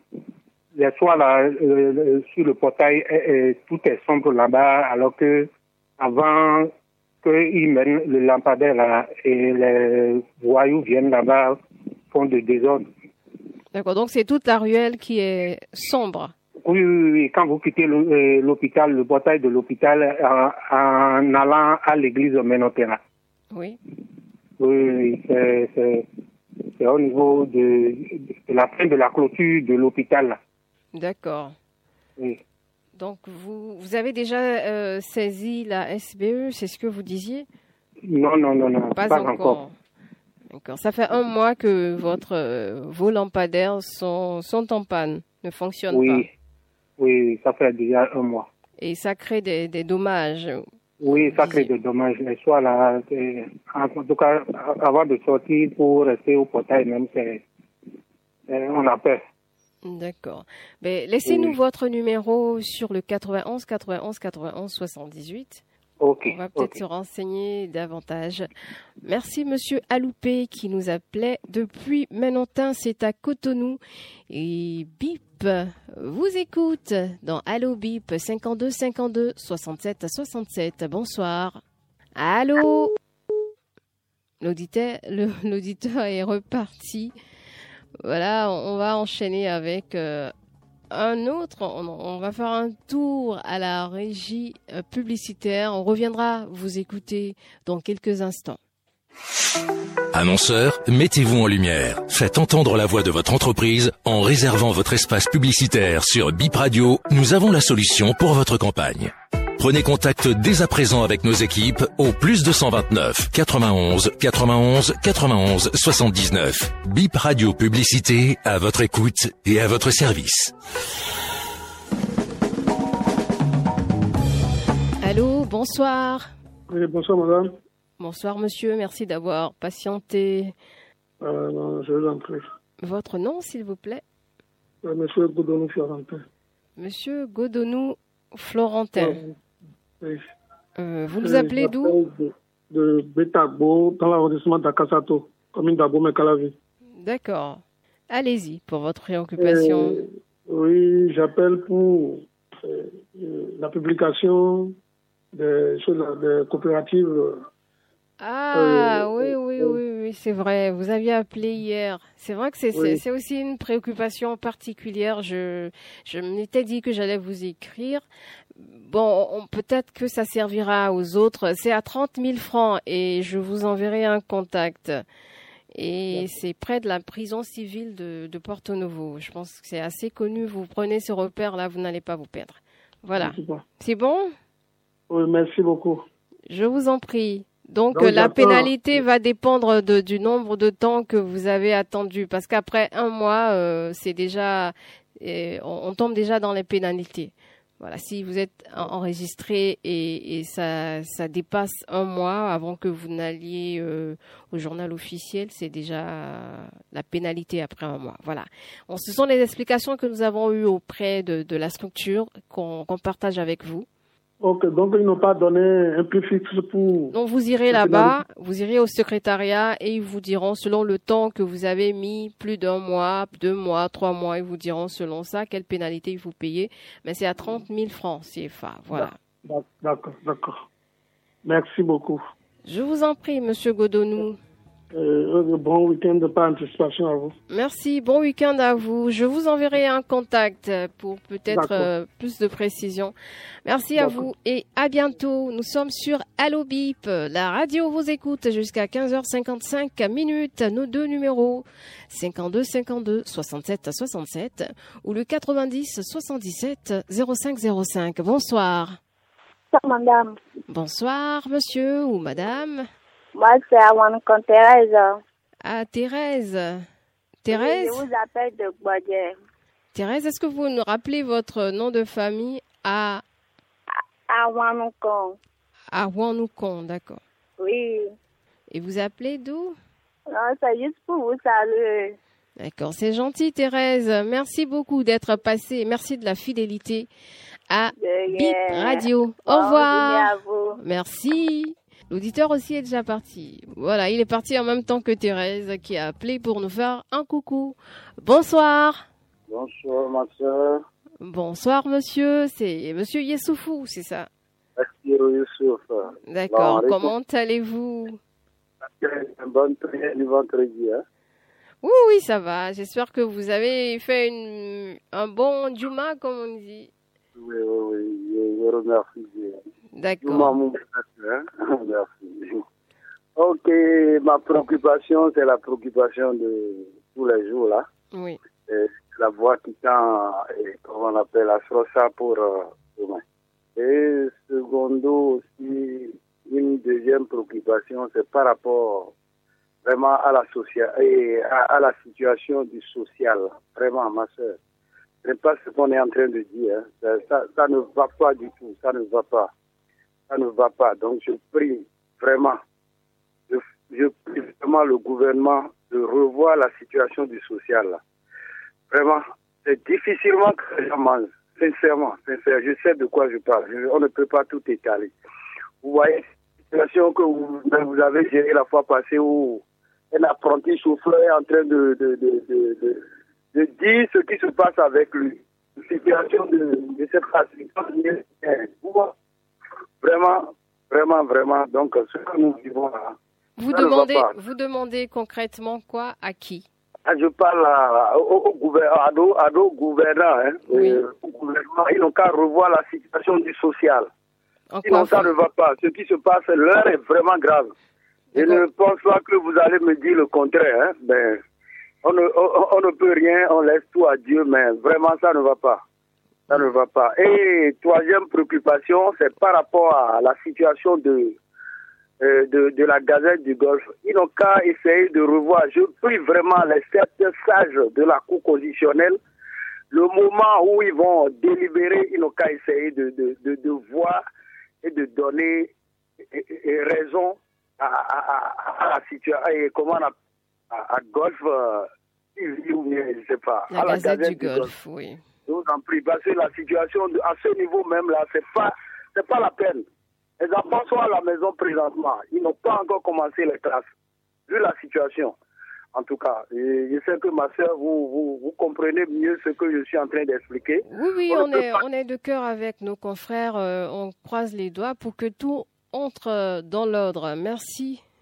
Les soirs là, euh, sur le portail, euh, euh, tout est sombre là-bas, alors que avant qu'ils mènent le lampadaire là, et les voyous viennent là-bas, font de désordre. D'accord, donc c'est toute la ruelle qui est sombre. Oui, oui, oui. Quand vous quittez l'hôpital, le portail de l'hôpital, en, en allant à l'église Ménotin. Oui. Oui, oui, c'est, c'est, c'est au niveau de, de la fin de la clôture de l'hôpital. D'accord. Oui. Donc, vous, vous avez déjà euh, saisi la S B E, c'est ce que vous disiez? Non, non, non, non, pas, pas encore. encore. D'accord. Ça fait un mois que votre, euh, vos lampadaires sont, sont en panne, ne fonctionnent oui. pas. Oui, ça fait déjà un mois. Et ça crée des, des dommages. Oui, ça crée des dommages. Mais soit là, en tout cas, avant de sortir pour rester au portail même, c'est, on a peur. D'accord. Mais laissez-nous oui. votre numéro sur le quatre-vingt-onze quatre-vingt-onze quatre-vingt-onze soixante-dix-huit. Ok. On va peut-être okay. se renseigner davantage. Merci Monsieur Aloupé qui nous appelait depuis Ménotin, c'est à Cotonou. Et Bip vous écoute dans Allo Bip cinquante-deux cinquante-deux soixante-sept à soixante-sept. Bonsoir. Allô. L'auditeur, le, l'auditeur est reparti. Voilà, on va enchaîner avec euh, un autre. On, on va faire un tour à la régie euh, publicitaire. On reviendra vous écouter dans quelques instants. Annonceurs, mettez-vous en lumière. Faites entendre la voix de votre entreprise en réservant votre espace publicitaire sur Bip Radio. Nous avons la solution pour votre campagne. Prenez contact dès à présent avec nos équipes au plus deux cent vingt-neuf quatre-vingt-onze quatre-vingt-onze quatre-vingt-onze soixante-dix-neuf. Bip Radio Publicité à votre écoute et à votre service. Allô, bonsoir. Oui, bonsoir madame. Bonsoir monsieur, merci d'avoir patienté. Euh, non, je vous en prie. Votre nom s'il vous plaît? euh, Monsieur Godonou Florentin. Monsieur Godonou Florentin. Euh, oui. Euh, vous nous appelez d'où? De, de Betagbo, dans l'arrondissement d'Akasato, commune d'Abomey-Calavi. D'accord. Allez-y pour votre préoccupation. Euh, oui, j'appelle pour euh, la publication des, des coopératives Ah, Euh, oui, oui, euh, oui, oui, c'est vrai. Vous aviez appelé hier. C'est vrai que c'est c'est- Oui. c'est aussi une préoccupation particulière. Je, je m'étais dit que j'allais vous écrire. Bon, on- peut-être que ça servira aux autres. C'est à trente mille francs et je vous enverrai un contact. Et c'est près de la prison civile de, de Porto Novo. Je pense que c'est assez connu. Vous prenez ce repère-là, vous n'allez pas vous perdre. Voilà. C'est bon. C'est bon? Oui, merci beaucoup. Je vous en prie. Donc, Donc, euh, la j'attends. pénalité va dépendre de, du nombre de temps que vous avez attendu. Parce qu'après un mois, euh, c'est déjà, euh, on, on tombe déjà dans les pénalités. Voilà, si vous êtes en- enregistré et, et ça, ça dépasse un mois avant que vous n'alliez euh, au journal officiel, c'est déjà la pénalité après un mois. Voilà. Bon, ce sont les explications que nous avons eues auprès de, de la structure qu'on qu'on partage avec vous. Ok, donc ils n'ont pas donné un prix fixe pour... Donc vous irez la là-bas, vous irez au secrétariat et ils vous diront selon le temps que vous avez mis, plus d'un mois, deux mois, trois mois, ils vous diront selon ça quelle pénalité il faut payer. Mais c'est à trente mille francs C F A. Voilà. D'ac- D'accord, d'accord. Merci beaucoup. Je vous en prie, Monsieur Godonou. Euh, bon week-end par anticipation à vous. Merci, bon week-end à vous. Je vous enverrai un contact pour peut-être D'accord. euh, plus de précision. Merci à D'accord. vous et à bientôt. Nous sommes sur Allo Bip. La radio vous écoute jusqu'à quinze heures cinquante-cinq minutes. Nos deux numéros, cinquante-deux cinquante-deux soixante-sept soixante-sept ou le quatre-vingt-dix soixante-dix-sept zéro cinq zéro cinq. Bonsoir. Bonsoir, madame. Bonsoir, monsieur ou madame. Moi, c'est Awan Thérèse. Ah, Thérèse. Oui, Thérèse, je vous appelle de Guadie. Thérèse, est-ce que vous nous rappelez votre nom de famille à Awan Kong. à Wanukon, d'accord. Oui. Et vous appelez d'où? Non, c'est juste pour vous saluer. D'accord, c'est gentil, Thérèse. Merci beaucoup d'être passée. Merci de la fidélité à De Bip rien. Radio. Au Bonne revoir. journée à vous. Merci. L'auditeur aussi est déjà parti. Voilà, il est parti en même temps que Thérèse qui a appelé pour nous faire un coucou. Bonsoir. Bonsoir, ma soeur. Bonsoir, monsieur. C'est monsieur Yessoufou, c'est ça? Askiro Youssouf. D'accord. Bon, Comment allez-vous? Un bon train du vendredi. Hein? Oui, oui, ça va. J'espère que vous avez fait une, un bon Juma, comme on dit. Oui, oui, oui. Je, je remercie Dieu. D'accord. Hein? Merci. Ok, ma préoccupation, c'est la préoccupation de tous les jours, là. Oui. Et la voie qui tend, et, comment on appelle, la ça pour euh, demain. Et secondo aussi, une deuxième préoccupation, c'est par rapport vraiment à la, socia et à, à la situation du social. Vraiment, ma soeur. Ce n'est pas ce qu'on est en train de dire. Hein. Ça, ça, ça ne va pas du tout. Ça ne va pas. Ça ne va pas. Donc, je prie vraiment, je, je prie vraiment le gouvernement de revoir la situation du social. Là. Vraiment, c'est difficilement que les gens mangent. Sincèrement, sincèrement, je sais de quoi je parle. Je, on ne peut pas tout étaler. Vous voyez, la situation que vous, vous avez gérée la fois passée où un apprenti chauffeur est en train de, de, de, de, de, de dire ce qui se passe avec lui. Une situation de, de cette situation. Vraiment, vraiment, vraiment. Donc, ce que nous vivons là. Vous demandez, vous demandez concrètement quoi à qui? Ah, je parle à, au, au gouvernement, à nos, à nos gouvernants. Hein. Oui. Euh, au gouvernement, ils n'ont qu'à revoir la situation du social. En Sinon, quoi, ça ne va pas. Ce qui se passe, l'heure est vraiment grave. Je ne pense pas que vous allez me dire le contraire. Hein. Ben, on, ne, on, on ne peut rien, on laisse tout à Dieu, mais vraiment, ça ne va pas. Ça ne va pas. Et troisième préoccupation, c'est par rapport à la situation de, euh, de, de la Gazette du Golfe. Ils n'ont qu'à essayer de revoir. Je prie vraiment les sept sages de la Cour constitutionnelle. Le moment où ils vont délibérer, ils n'ont qu'à essayer de, de, de, de voir et de donner et, et raison à, à, à, à la situation. Et comment on a, à, à Golfe, euh, ou bien, je ne sais pas. La à la Gazette, Gazette du, du Golfe, Golfe. oui. Je vous en prie, parce que la situation, de, à ce niveau même là, c'est pas, c'est pas la peine. Les enfants sont à la maison présentement. Ils n'ont pas encore commencé les classes. Vu la situation, en tout cas. Et je sais que ma soeur, vous, vous, vous comprenez mieux ce que je suis en train d'expliquer. Oui, oui, on, on est, pas... on est de cœur avec nos confrères. Euh, on croise les doigts pour que tout entre dans l'ordre. Merci.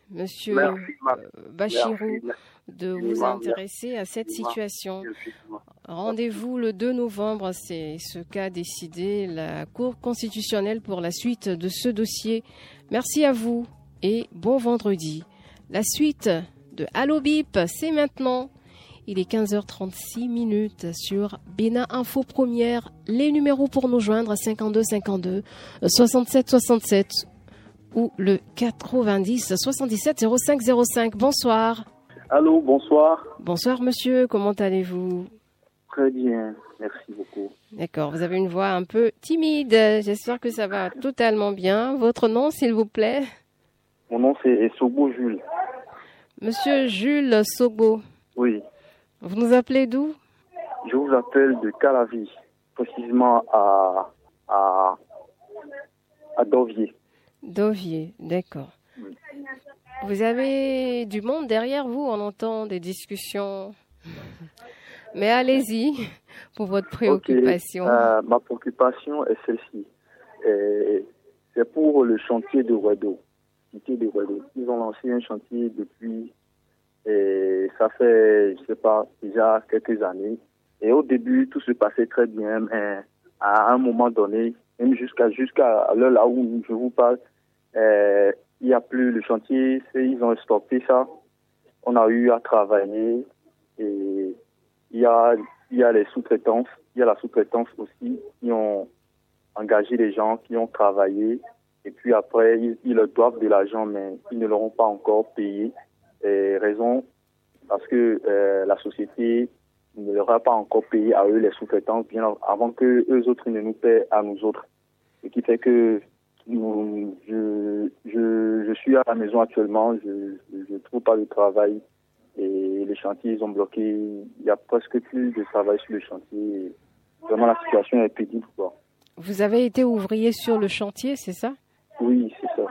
Monsieur Merci, ma- Bachirou, merci, merci. de vous Merci. intéresser à cette Merci. situation. Merci. Rendez-vous le deux novembre, c'est ce qu'a décidé la Cour constitutionnelle pour la suite de ce dossier. Merci à vous et bon vendredi. La suite de Allo Bip, c'est maintenant. Il est quinze heures trente-six minutes sur Bénin Info Première. Les numéros pour nous joindre cinquante-deux cinquante-deux soixante-sept soixante-sept ou le quatre-vingt-dix soixante-dix-sept zéro cinq zéro cinq. Bonsoir. Allô, bonsoir. Bonsoir monsieur, comment allez-vous? Très bien, merci beaucoup. D'accord, vous avez une voix un peu timide. J'espère que ça va totalement bien. Votre nom, s'il vous plaît? Mon nom c'est Sogo Jules. Monsieur Jules Sogo. Oui. Vous nous appelez d'où? Je vous appelle de Calavi, précisément à, à, à Dovier. Dovier, d'accord. Oui. Vous avez du monde derrière vous, on entend des discussions. Mais allez-y pour votre préoccupation. Okay. Euh, ma préoccupation est celle-ci. Et c'est pour le chantier de Wedo. Chantier de Wedo. Ils ont lancé un chantier depuis, et ça fait, je sais pas, déjà quelques années. Et au début, tout se passait très bien, mais à un moment donné, même jusqu'à jusqu'à l'heure là où je vous parle, euh, il n'y a plus le chantier, ils ont stoppé ça. On a eu à travailler et il y a, il y a les sous-traitances, il y a la sous-traitance aussi qui ont engagé des gens qui ont travaillé et puis après ils, ils leur doivent de l'argent mais ils ne l'auront pas encore payé. Et raison parce que euh, la société ne leur a pas encore payé à eux les sous-traitances bien avant que eux autres ne nous paient à nous autres. Ce qui fait que nous, je, je, je suis à la maison actuellement, je ne trouve pas de travail et les chantiers ils ont bloqué, il n'y a presque plus de travail sur le chantier. Vraiment la situation est pénible, quoi. Vous avez été ouvrier sur le chantier, c'est ça? Oui, c'est ça.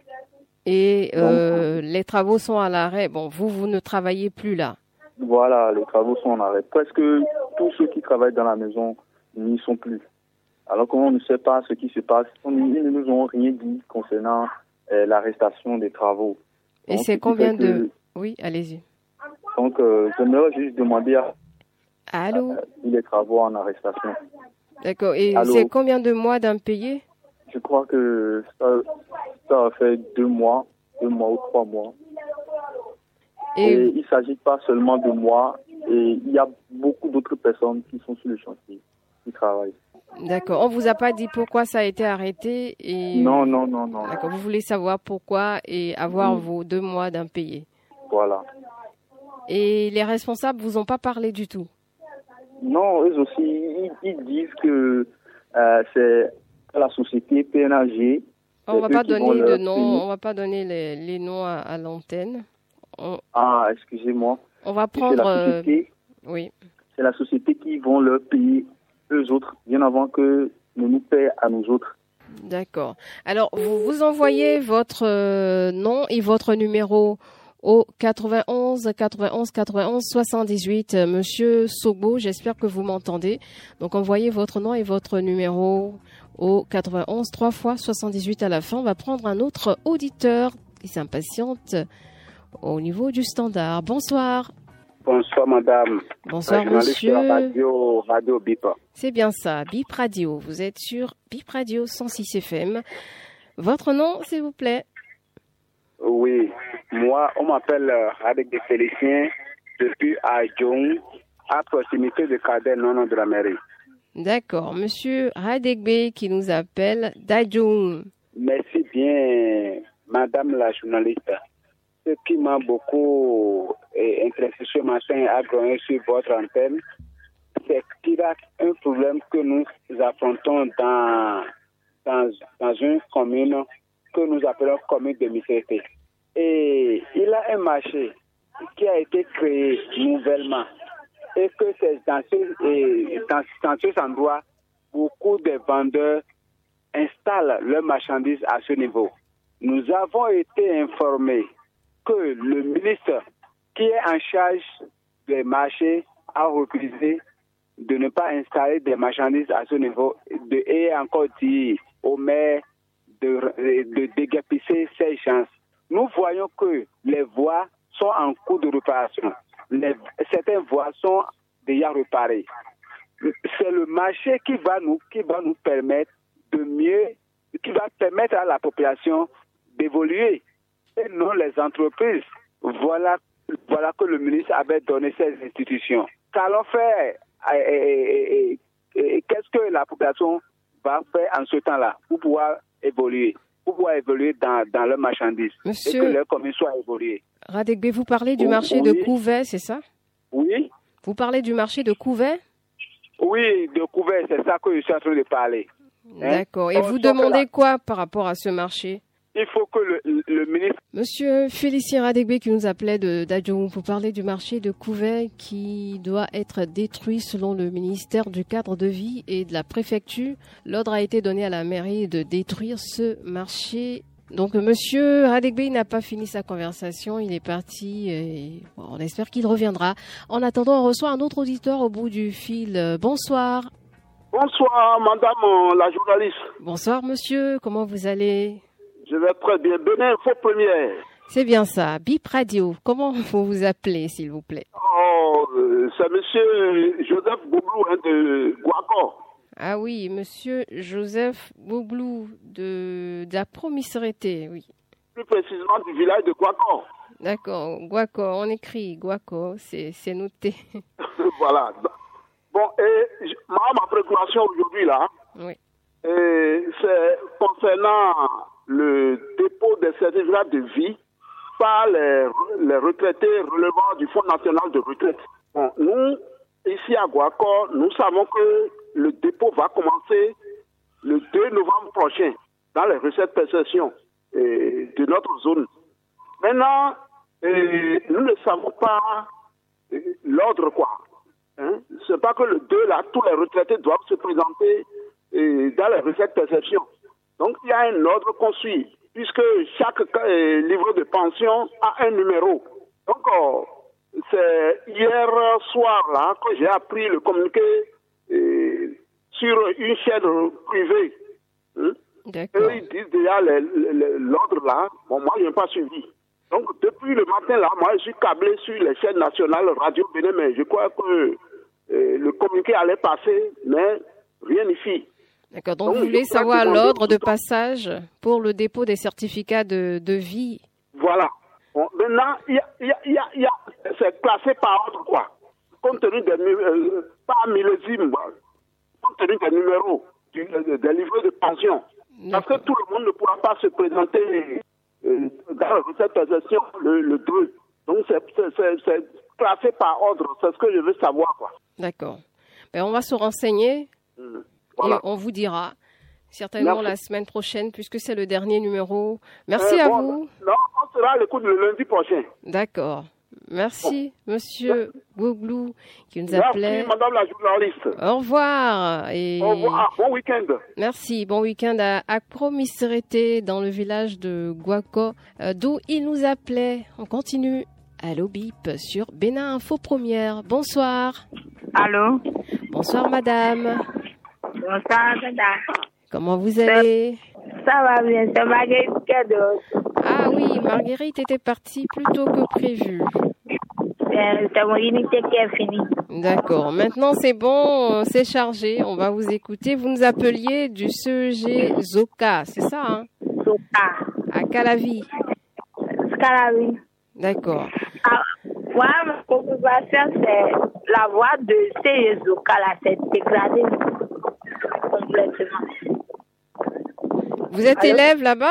Et euh, Donc, les travaux sont à l'arrêt. Bon, vous, vous ne travaillez plus là. Voilà, les travaux sont en arrêt. Presque tous ceux qui travaillent dans la maison n'y sont plus. Alors qu'on ne sait pas ce qui se passe, ils ne nous ont rien dit concernant euh, l'arrestation des travaux. Et c'est combien de... Que... Oui, allez-y. Donc, euh, j'aimerais juste demander à... Allô euh, les travaux en arrestation. D'accord. Et Allô? C'est combien de mois d'impayés? Je crois que ça, ça a fait deux mois, deux mois ou trois mois. Et, et il ne s'agit pas seulement de moi, et il y a beaucoup d'autres personnes qui sont sur le chantier, qui travaillent. D'accord. On ne vous a pas dit pourquoi ça a été arrêté et... Non, non, non, non. D'accord. Vous voulez savoir pourquoi et avoir mmh. vos deux mois d'impayés. Voilà. Et les responsables vous ont pas parlé du tout? Non, eux aussi, ils, ils disent que euh, c'est la société P N A G. On va pas donner de nom, on va pas donner les, les noms à, à l'antenne. On... Ah, excusez-moi. On va prendre. C'est la société, euh... oui. C'est la société qui vont leur payer eux autres bien avant que nous nous paient à nous autres. D'accord. Alors vous vous envoyez votre euh, nom et votre numéro au quatre-vingt-onze quatre-vingt-onze quatre-vingt-onze soixante-dix-huit. Monsieur Sogo, j'espère que vous m'entendez. Donc envoyez votre nom et votre numéro au quatre-vingt-onze trois fois soixante-dix-huit à la fin. On va prendre un autre auditeur qui s'impatiente au niveau du standard. Bonsoir. Bonsoir madame. Bonsoir monsieur. Radio, radio Bip. C'est bien ça, Bip Radio. Vous êtes sur Bip Radio cent six F M. Votre nom, s'il vous plaît? Oui, moi, on m'appelle avec des Féliciens depuis Adjong, à proximité de Cadet, non, non, de la mairie. D'accord, monsieur Radegbe qui nous appelle d'Adjong. Merci bien, madame la journaliste. Ce qui m'a beaucoup eh, intéressé ce matin à grogner sur votre antenne, c'est qu'il y a un problème que nous affrontons dans, dans, dans une commune que nous appelons commune de Missété. Et il y a un marché qui a été créé nouvellement et que c'est dans ce, et dans, dans ce endroit, beaucoup de vendeurs installent leurs marchandises à ce niveau. Nous avons été informés que le ministre qui est en charge des marchés a refusé de ne pas installer des marchandises à ce niveau de, et encore dit au maire de, de déguerpisser ces gens. Nous voyons voyons que les voies sont en cours de réparation. Les, certaines voies sont déjà réparées. C'est le marché qui va nous, qui va nous permettre de mieux, qui va permettre à la population d'évoluer et non les entreprises. Voilà, voilà que le ministre avait donné ces institutions. Qu'allons faire et, et, et, et qu'est-ce que la population va faire en ce temps-là pour pouvoir évoluer, pour pouvoir évoluer dans, dans leurs marchandises Monsieur... et que leur commerce soit évolué. Radegbe, vous parlez du oui, marché oui. de Couvet, c'est ça? Oui. Vous parlez du marché de Couvet? Oui, de Couvet, c'est ça que je suis en train de parler. Hein? D'accord. Et vous demandez là, quoi par rapport à ce marché? Il faut que le, le ministre... Monsieur Félicien Radegbe qui nous appelait de d'Adjoum, vous parlez du marché de Couvet qui doit être détruit selon le ministère du cadre de vie et de la préfecture. L'ordre a été donné à la mairie de détruire ce marché. Donc Monsieur Radegbe n'a pas fini sa conversation, il est parti et bon, on espère qu'il reviendra. En attendant, on reçoit un autre auditeur au bout du fil. Bonsoir. Bonsoir madame la journaliste. Bonsoir monsieur, comment vous allez? Je vais très bien. Benin Info Première. C'est bien ça. B I P Radio. Comment vous vous appelez, s'il vous plaît? Oh, euh, c'est monsieur Joseph Boublou hein, de Guaco. Ah oui, monsieur Joseph Boublou de, de la Promisérité, oui. Plus précisément du village de Guaco. D'accord. Guaco, on écrit Guaco, c'est, c'est noté. Voilà. Bon, et ma, ma préoccupation aujourd'hui, là, oui. et c'est concernant le dépôt des certificats de vie par les, les retraités relevant du Fonds national de retraite. Bon, nous, ici à Guaco, nous savons que le dépôt va commencer le deux novembre prochain dans les recettes perception euh, de notre zone. Maintenant, euh, nous ne savons pas euh, l'ordre quoi. Hein? C'est pas que le deux là, tous les retraités doivent se présenter euh, dans les recettes perception. Donc, il y a un ordre qu'on suit, puisque chaque euh, livre de pension a un numéro. Donc, euh, c'est hier soir là que j'ai appris le communiqué euh, sur une chaîne privée. Hein? D'accord. Et ils disent déjà les, les, l'ordre là. Bon, moi, je n'ai pas suivi. Donc, depuis le matin là, moi, je suis câblé sur les chaînes nationales Radio Bénin, mais je crois que euh, le communiqué allait passer, mais rien n'y fit. D'accord, donc, donc vous voulez savoir l'ordre de passage pour le dépôt des certificats de, de vie. Voilà. Bon, maintenant, y a, y a, y a, y a, c'est classé par ordre, quoi. Compte tenu des euh, par millésime, compte tenu des numéros, du, des livrets de pension. Parce que tout le monde ne pourra pas se présenter euh, dans cette perception le, le deux. Donc, c'est, c'est, c'est, c'est classé par ordre, c'est ce que je veux savoir, quoi. D'accord. Ben, on va se renseigner. Mmh. Voilà. Et on vous dira certainement Merci. La semaine prochaine, puisque c'est le dernier numéro. Merci euh, à bon, vous. Non, on sera à l'écoute le lundi prochain. D'accord. Merci, bon. Monsieur Boublou, qui nous Merci, appelait. Merci, madame la journaliste. Au revoir. Et... Au revoir. Bon week-end. Merci. Bon week-end à, à Promisérité, dans le village de Guaco, euh, d'où il nous appelait. On continue. Allô, B I P sur Bénin Info Première. Bonsoir. Allô. Bonsoir, madame. Bonsoir, madame. Comment vous allez? Ça va bien, c'est Marguerite Cadeau. Ah oui, Marguerite était partie plus tôt que prévu. C'est, c'est mon unité qui est finie. D'accord, maintenant c'est bon, c'est chargé, on va vous écouter. Vous nous appeliez du C E G Zoka, c'est ça, hein? Zoka. À Calavi. Calavi. D'accord. Ah, moi, ma préoccupation, c'est la voie de C E G Zoka, là, c'est dégradé complètement. Vous êtes Allô? Élève là-bas?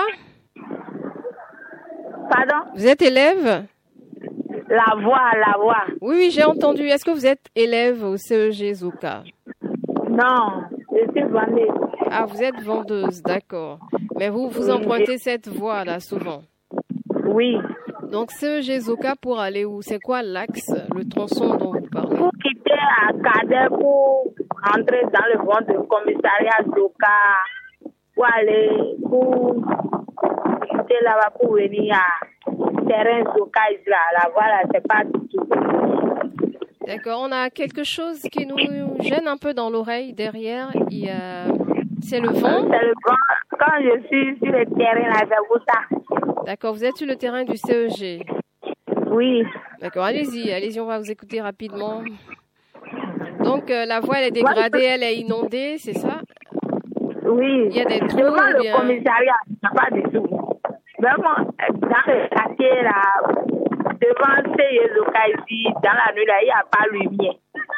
Pardon? Vous êtes élève? La voie, la voie. Oui, oui, j'ai entendu. Est-ce que vous êtes élève au C E G Zoka? Non, je suis vendeuse. Ah, vous êtes vendeuse, d'accord. Mais vous, vous empruntez cette voie-là souvent? Oui. Donc, C E G Zoka pour aller où? C'est quoi l'axe, le tronçon dont vous parlez? Pour quitter à Cadet, pour entrer dans le vent du commissariat Zoka, pour aller, pour quitter là-bas, pour venir à terrain Zoka, là, voilà, c'est pas du tout. D'accord, on a quelque chose qui nous gêne un peu dans l'oreille derrière. Il y a... C'est le vent? C'est le vent. Quand je suis sur le terrain, là, c'est pour ça. D'accord, vous êtes sur le terrain du C E G. Oui. D'accord, allez-y, allez-y, on va vous écouter rapidement. Donc, euh, la voie, elle est dégradée, elle est inondée, c'est ça? Oui. Il y a des trous Devant ou le bien... commissariat, il n'y a pas du tout. Vraiment, dans le quartier, là, devant ces locaux ici, dans la nuit, là, il n'y a pas de lumière.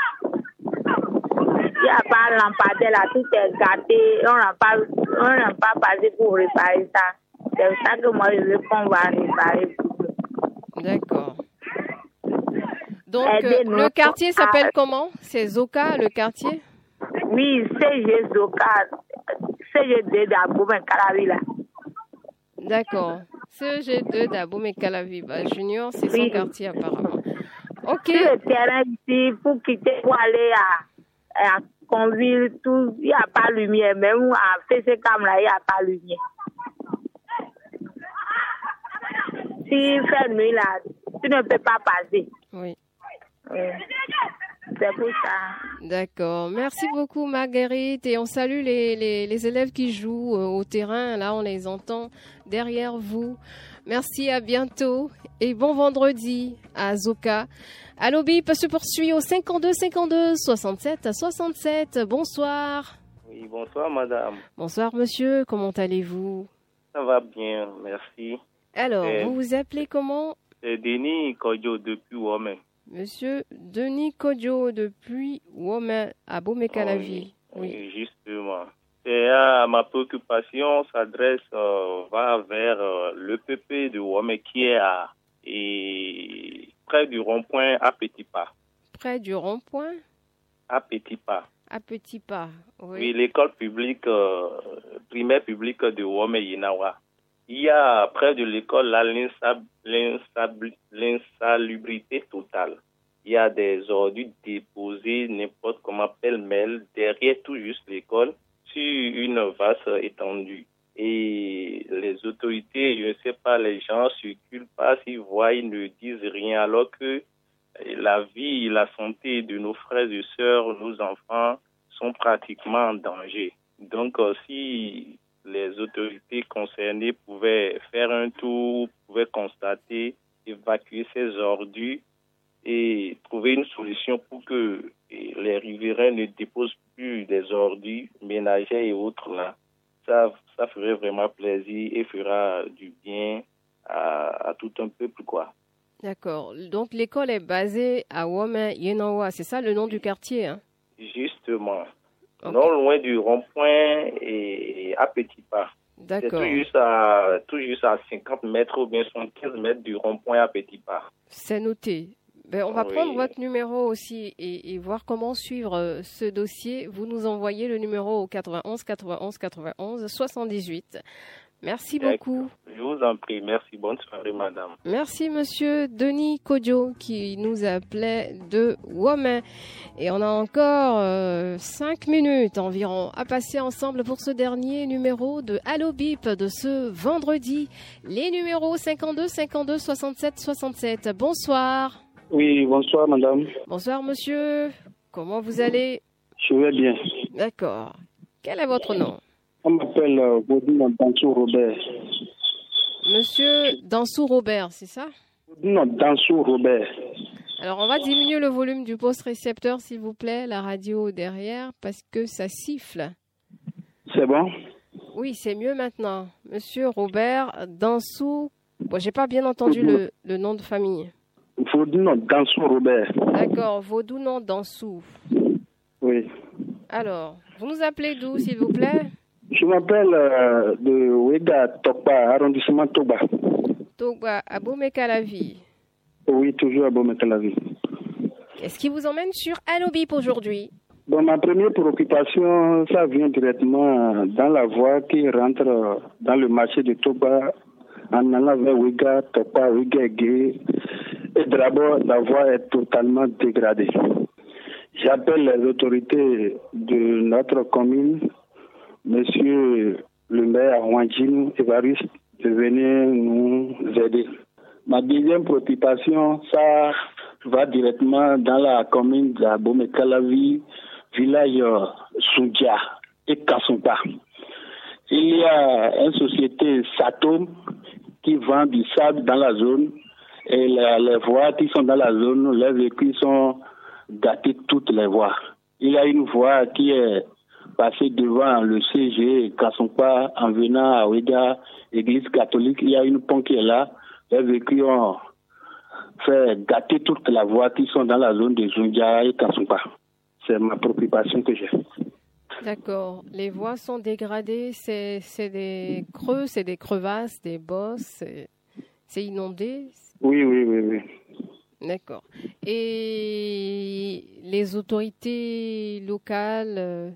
Il n'y a pas de lampadaire, là, tout est gâté. On n'a pas, on n'a pas passé pour réparer ça. C'est ça que moi, je veux qu'on va réparer. D'accord. Donc, euh, le quartier s'appelle comment? C'est Zoka, le quartier? Oui, C G Zoka, C G deux d'Aboumé Calavi, là. D'accord. C G deux d'Aboumé Calavi. Bah, Junior, c'est son Oui. quartier apparemment. Ok. Sur le terrain ici, pour quitter, pour aller à, à Conville, tout, il n'y a pas de lumière. Même à F C Cam, là, il n'y a pas de lumière. Si fait nuit, là, tu ne peux pas passer. Oui. Oui. C'est pour ça. D'accord. Merci beaucoup, Marguerite. Et on salue les, les, les élèves qui jouent euh, au terrain. Là, on les entend derrière vous. Merci, à bientôt. Et bon vendredi à Zoka. Allo Bip se poursuit au cinquante-deux cinquante-deux soixante-sept soixante-sept. Bonsoir. Oui, bonsoir, madame. Bonsoir, monsieur. Comment allez-vous? Ça va bien, merci. Alors, Euh, vous vous appelez comment? C'est Denis Kodjo depuis Womé. Monsieur Denis Kodjo depuis Womé à Bomé-Calavi. Oui, oui, justement. Et, euh, ma préoccupation s'adresse, euh, va vers euh, le P P de Womé qui est à, et, près du rond-point à Petit Pas. Près du rond-point À Petit Pas. à Petit Pas. Oui, Oui. l'école publique, euh, primaire publique de Womé Yinawa. Il y a près de l'école là l'insab- l'insab- l'insalubrité totale. Il y a des ordures déposées n'importe comment pêle-mêle derrière tout juste l'école sur une vaste étendue. Et les autorités, je ne sais pas, les gens circulent pas, s'ils voient, ils ne disent rien, alors que la vie et la santé de nos frères et sœurs, nos enfants, sont pratiquement en danger. Donc, euh, si les autorités concernées pouvaient faire un tour, pouvaient constater, évacuer ces ordures et trouver une solution pour que les riverains ne déposent plus des ordures ménagères et autres là, ça, ça ferait vraiment plaisir et fera du bien à, à tout un peuple, quoi. D'accord. Donc l'école est basée à Womé Yenawa. C'est ça le nom du quartier, hein? Justement. Okay. Non loin du rond-point et à Petit Pas. D'accord. C'est tout juste à, tout juste à cinquante mètres ou bien soixante-quinze mètres du rond-point à Petit Pas. C'est noté. Ben, on va Oui. prendre votre numéro aussi et, et voir comment suivre euh, ce dossier. Vous nous envoyez le numéro au quatre-vingt-onze quatre-vingt-onze quatre-vingt-onze soixante-dix-huit. Merci beaucoup. Je vous en prie. Merci. Bonne soirée, madame. Merci, monsieur Denis Kodjo, qui nous appelait de Womé. Et on a encore euh, cinq minutes environ à passer ensemble pour ce dernier numéro de Allo Bip de ce vendredi. Les numéros cinquante-deux cinquante-deux soixante-sept soixante-sept. Bonsoir. Oui, bonsoir, madame. Bonsoir, monsieur. Comment vous allez? Je vais bien. D'accord. Quel est votre nom? On m'appelle euh, Baudouin Dansou Robert. Monsieur Dansou Robert, c'est ça? Non, Dansou Robert. Alors, on va diminuer le volume du poste récepteur, s'il vous plaît, la radio derrière, parce que ça siffle. C'est bon? Oui, c'est mieux maintenant. Monsieur Robert Dansou. Bon, j'ai pas bien entendu le, le nom de famille. Vaudouin Dansou Robert. D'accord, Vaudouin Dansou. Oui. Alors, vous nous appelez d'où, s'il vous plaît? Je m'appelle euh, de Ouéga Tokba, arrondissement Tokba. Tokba, à Bomé-Calavi. Oui, toujours à Bomé-Calavi. Qu'est-ce qui vous emmène sur Allo Bip aujourd'hui? Bon, ma première préoccupation, ça vient directement dans la voie qui rentre dans le marché de Tokba en allant vers Ouéga, Tokba, Ouéga, Gué. Et d'abord, la voie est totalement dégradée. J'appelle les autorités de notre commune, Monsieur le maire Wanjin Evariste, de venir nous aider. Ma deuxième préoccupation, ça va directement dans la commune d'Abomey-Calavi, village Soudia et Kassumpa. Il y a une société Satom qui vendent du sable dans la zone. Et les, les voies qui sont dans la zone, les véhicules sont gâtés toutes les voies. Il y a une voie qui est passée devant le C G Kassongpa en venant à Ouéga, église catholique. Il y a une pont qui est là. Les véhicules ont fait gâter toute la voie qui sont dans la zone de Zundia et Kassongpa. C'est ma préoccupation que j'ai. D'accord. Les voies sont dégradées, c'est, c'est des creux, c'est des crevasses, des bosses, c'est, c'est inondé. Oui, oui, oui, oui. D'accord. Et les autorités locales, euh,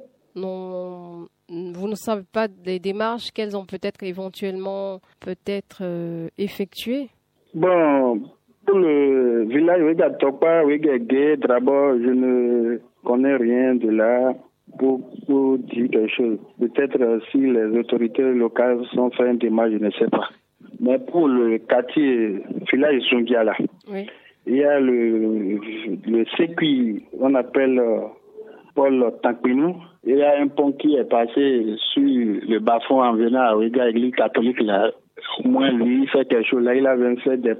non, vous ne savez pas des démarches qu'elles ont peut-être éventuellement peut-être euh, effectuées? Bon, pour le village Ouéga Topa, Ouéga Gué, d'abord, je ne connais rien de là. Pour, pour dire quelque chose. Peut-être euh, si les autorités locales sont fait une démarche, je ne sais pas. Mais pour le quartier village Zungia là, oui. Il y a le, le circuit, on appelle euh, Paul Tankpinou. Il y a un pont qui est passé sur le bas-fond en venant à Ouéga, église catholique là. Au moins lui, il fait quelque chose là. Il a même fait des,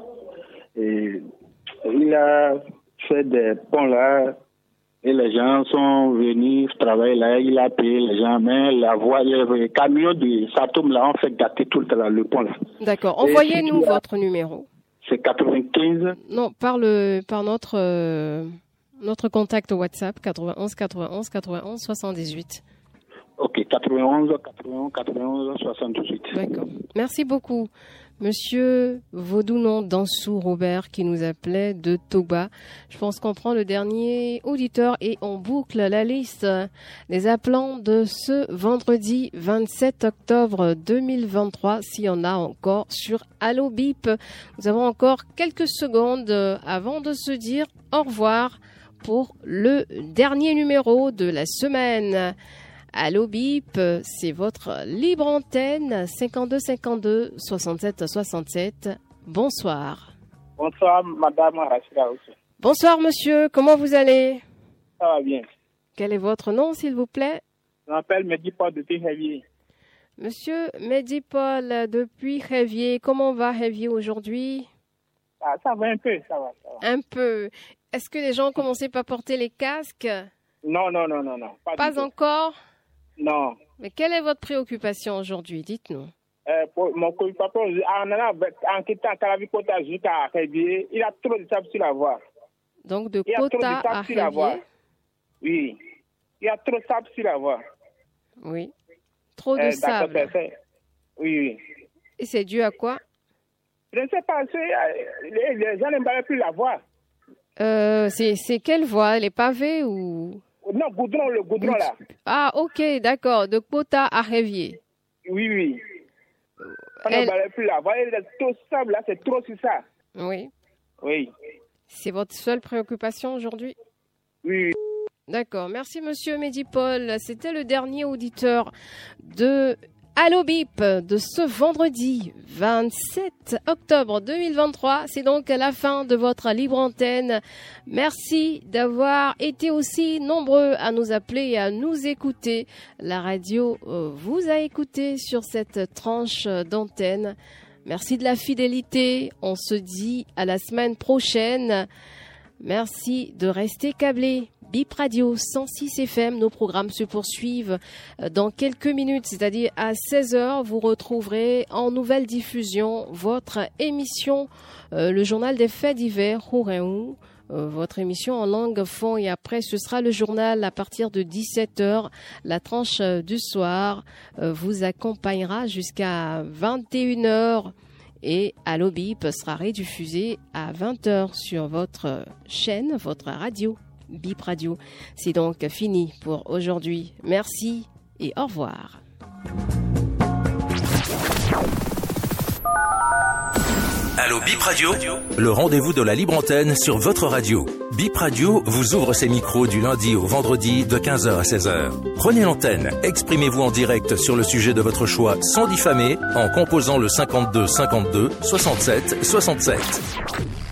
et, il a fait des ponts là. Et les gens sont venus travailler là, il a payé les gens, mais la voie, les camions de Satoum là, ont fait gâter tout le, le pont là. D'accord, envoyez-nous si votre numéro. C'est quatre-vingt-quinze. Non, par, le, par notre, euh, notre contact WhatsApp, quatre-vingt-onze quatre-vingt-onze quatre-vingt-onze soixante-dix-huit. Ok, quatre-vingt-onze quatre-vingt-onze quatre-vingt-onze soixante-dix-huit. D'accord, merci beaucoup. Monsieur Vaudounon Dansou Robert qui nous appelait de Toba. Je pense qu'on prend le dernier auditeur et on boucle la liste des appelants de ce vendredi vingt-sept octobre deux mille vingt-trois. S'il y en a encore sur Allo Bip. Nous avons encore quelques secondes avant de se dire au revoir pour le dernier numéro de la semaine. Allo Bip, c'est votre libre antenne cinquante-deux cinquante-deux soixante-sept soixante-sept. Bonsoir. Bonsoir, madame Rachida. Bonsoir, monsieur. Comment vous allez? Ça va bien. Quel est votre nom, s'il vous plaît? Je m'appelle Medipol depuis Révier. Monsieur Medipol depuis Révier. Comment va Révier aujourd'hui? Ah, ça va un peu, ça va, ça va. Un peu. Est-ce que les gens ont commencé par porter les casques? Non, non, non, non, non. Pas, pas encore? Non. Mais quelle est votre préoccupation aujourd'hui? Dites-nous. Euh, pour mon préoccupation, en allant en quittant Calavicota jusqu'à Révier, il y a trop de sable sur la voie. Donc de Kota à Révier? Oui. Il y a trop de sable sur la voie. Oui. Trop de euh, sable. Oui, oui. Et c'est dû à quoi? Je ne sais pas. Les, les gens n'aiment plus la voie. Euh, c'est, c'est quelle voie? Les pavés ou... Non, goudron, le goudron là. Ah, ok, d'accord. De Kota à Révier. Oui, oui. On Elle... ne plus la voie. Il y a trop de sable là, c'est trop sur ça. Oui. Oui. C'est votre seule préoccupation aujourd'hui? Oui. D'accord. Merci, monsieur Medipol. C'était le dernier auditeur de Allo Bip de ce vendredi vingt-sept octobre deux mille vingt-trois. C'est donc la fin de votre libre antenne. Merci d'avoir été aussi nombreux à nous appeler et à nous écouter. La radio vous a écouté sur cette tranche d'antenne. Merci de la fidélité. On se dit à la semaine prochaine. Merci de rester câblés. Bip Radio cent six F M, nos programmes se poursuivent dans quelques minutes, c'est-à-dire à seize heures, vous retrouverez en nouvelle diffusion votre émission, euh, le journal des faits divers, Houréou, euh, votre émission en langue fond, et après ce sera le journal à partir de dix-sept heures, la tranche euh, du soir euh, vous accompagnera jusqu'à vingt et une heures. Et Allo Bip sera rediffusé à vingt heures sur votre chaîne, votre radio, Bip Radio. C'est donc fini pour aujourd'hui. Merci et au revoir. Allo Bip Radio, le rendez-vous de la libre antenne sur votre radio. Bip Radio vous ouvre ses micros du lundi au vendredi de quinze heures à seize heures. Prenez l'antenne, exprimez-vous en direct sur le sujet de votre choix sans diffamer en composant le cinquante-deux cinquante-deux soixante-sept soixante-sept.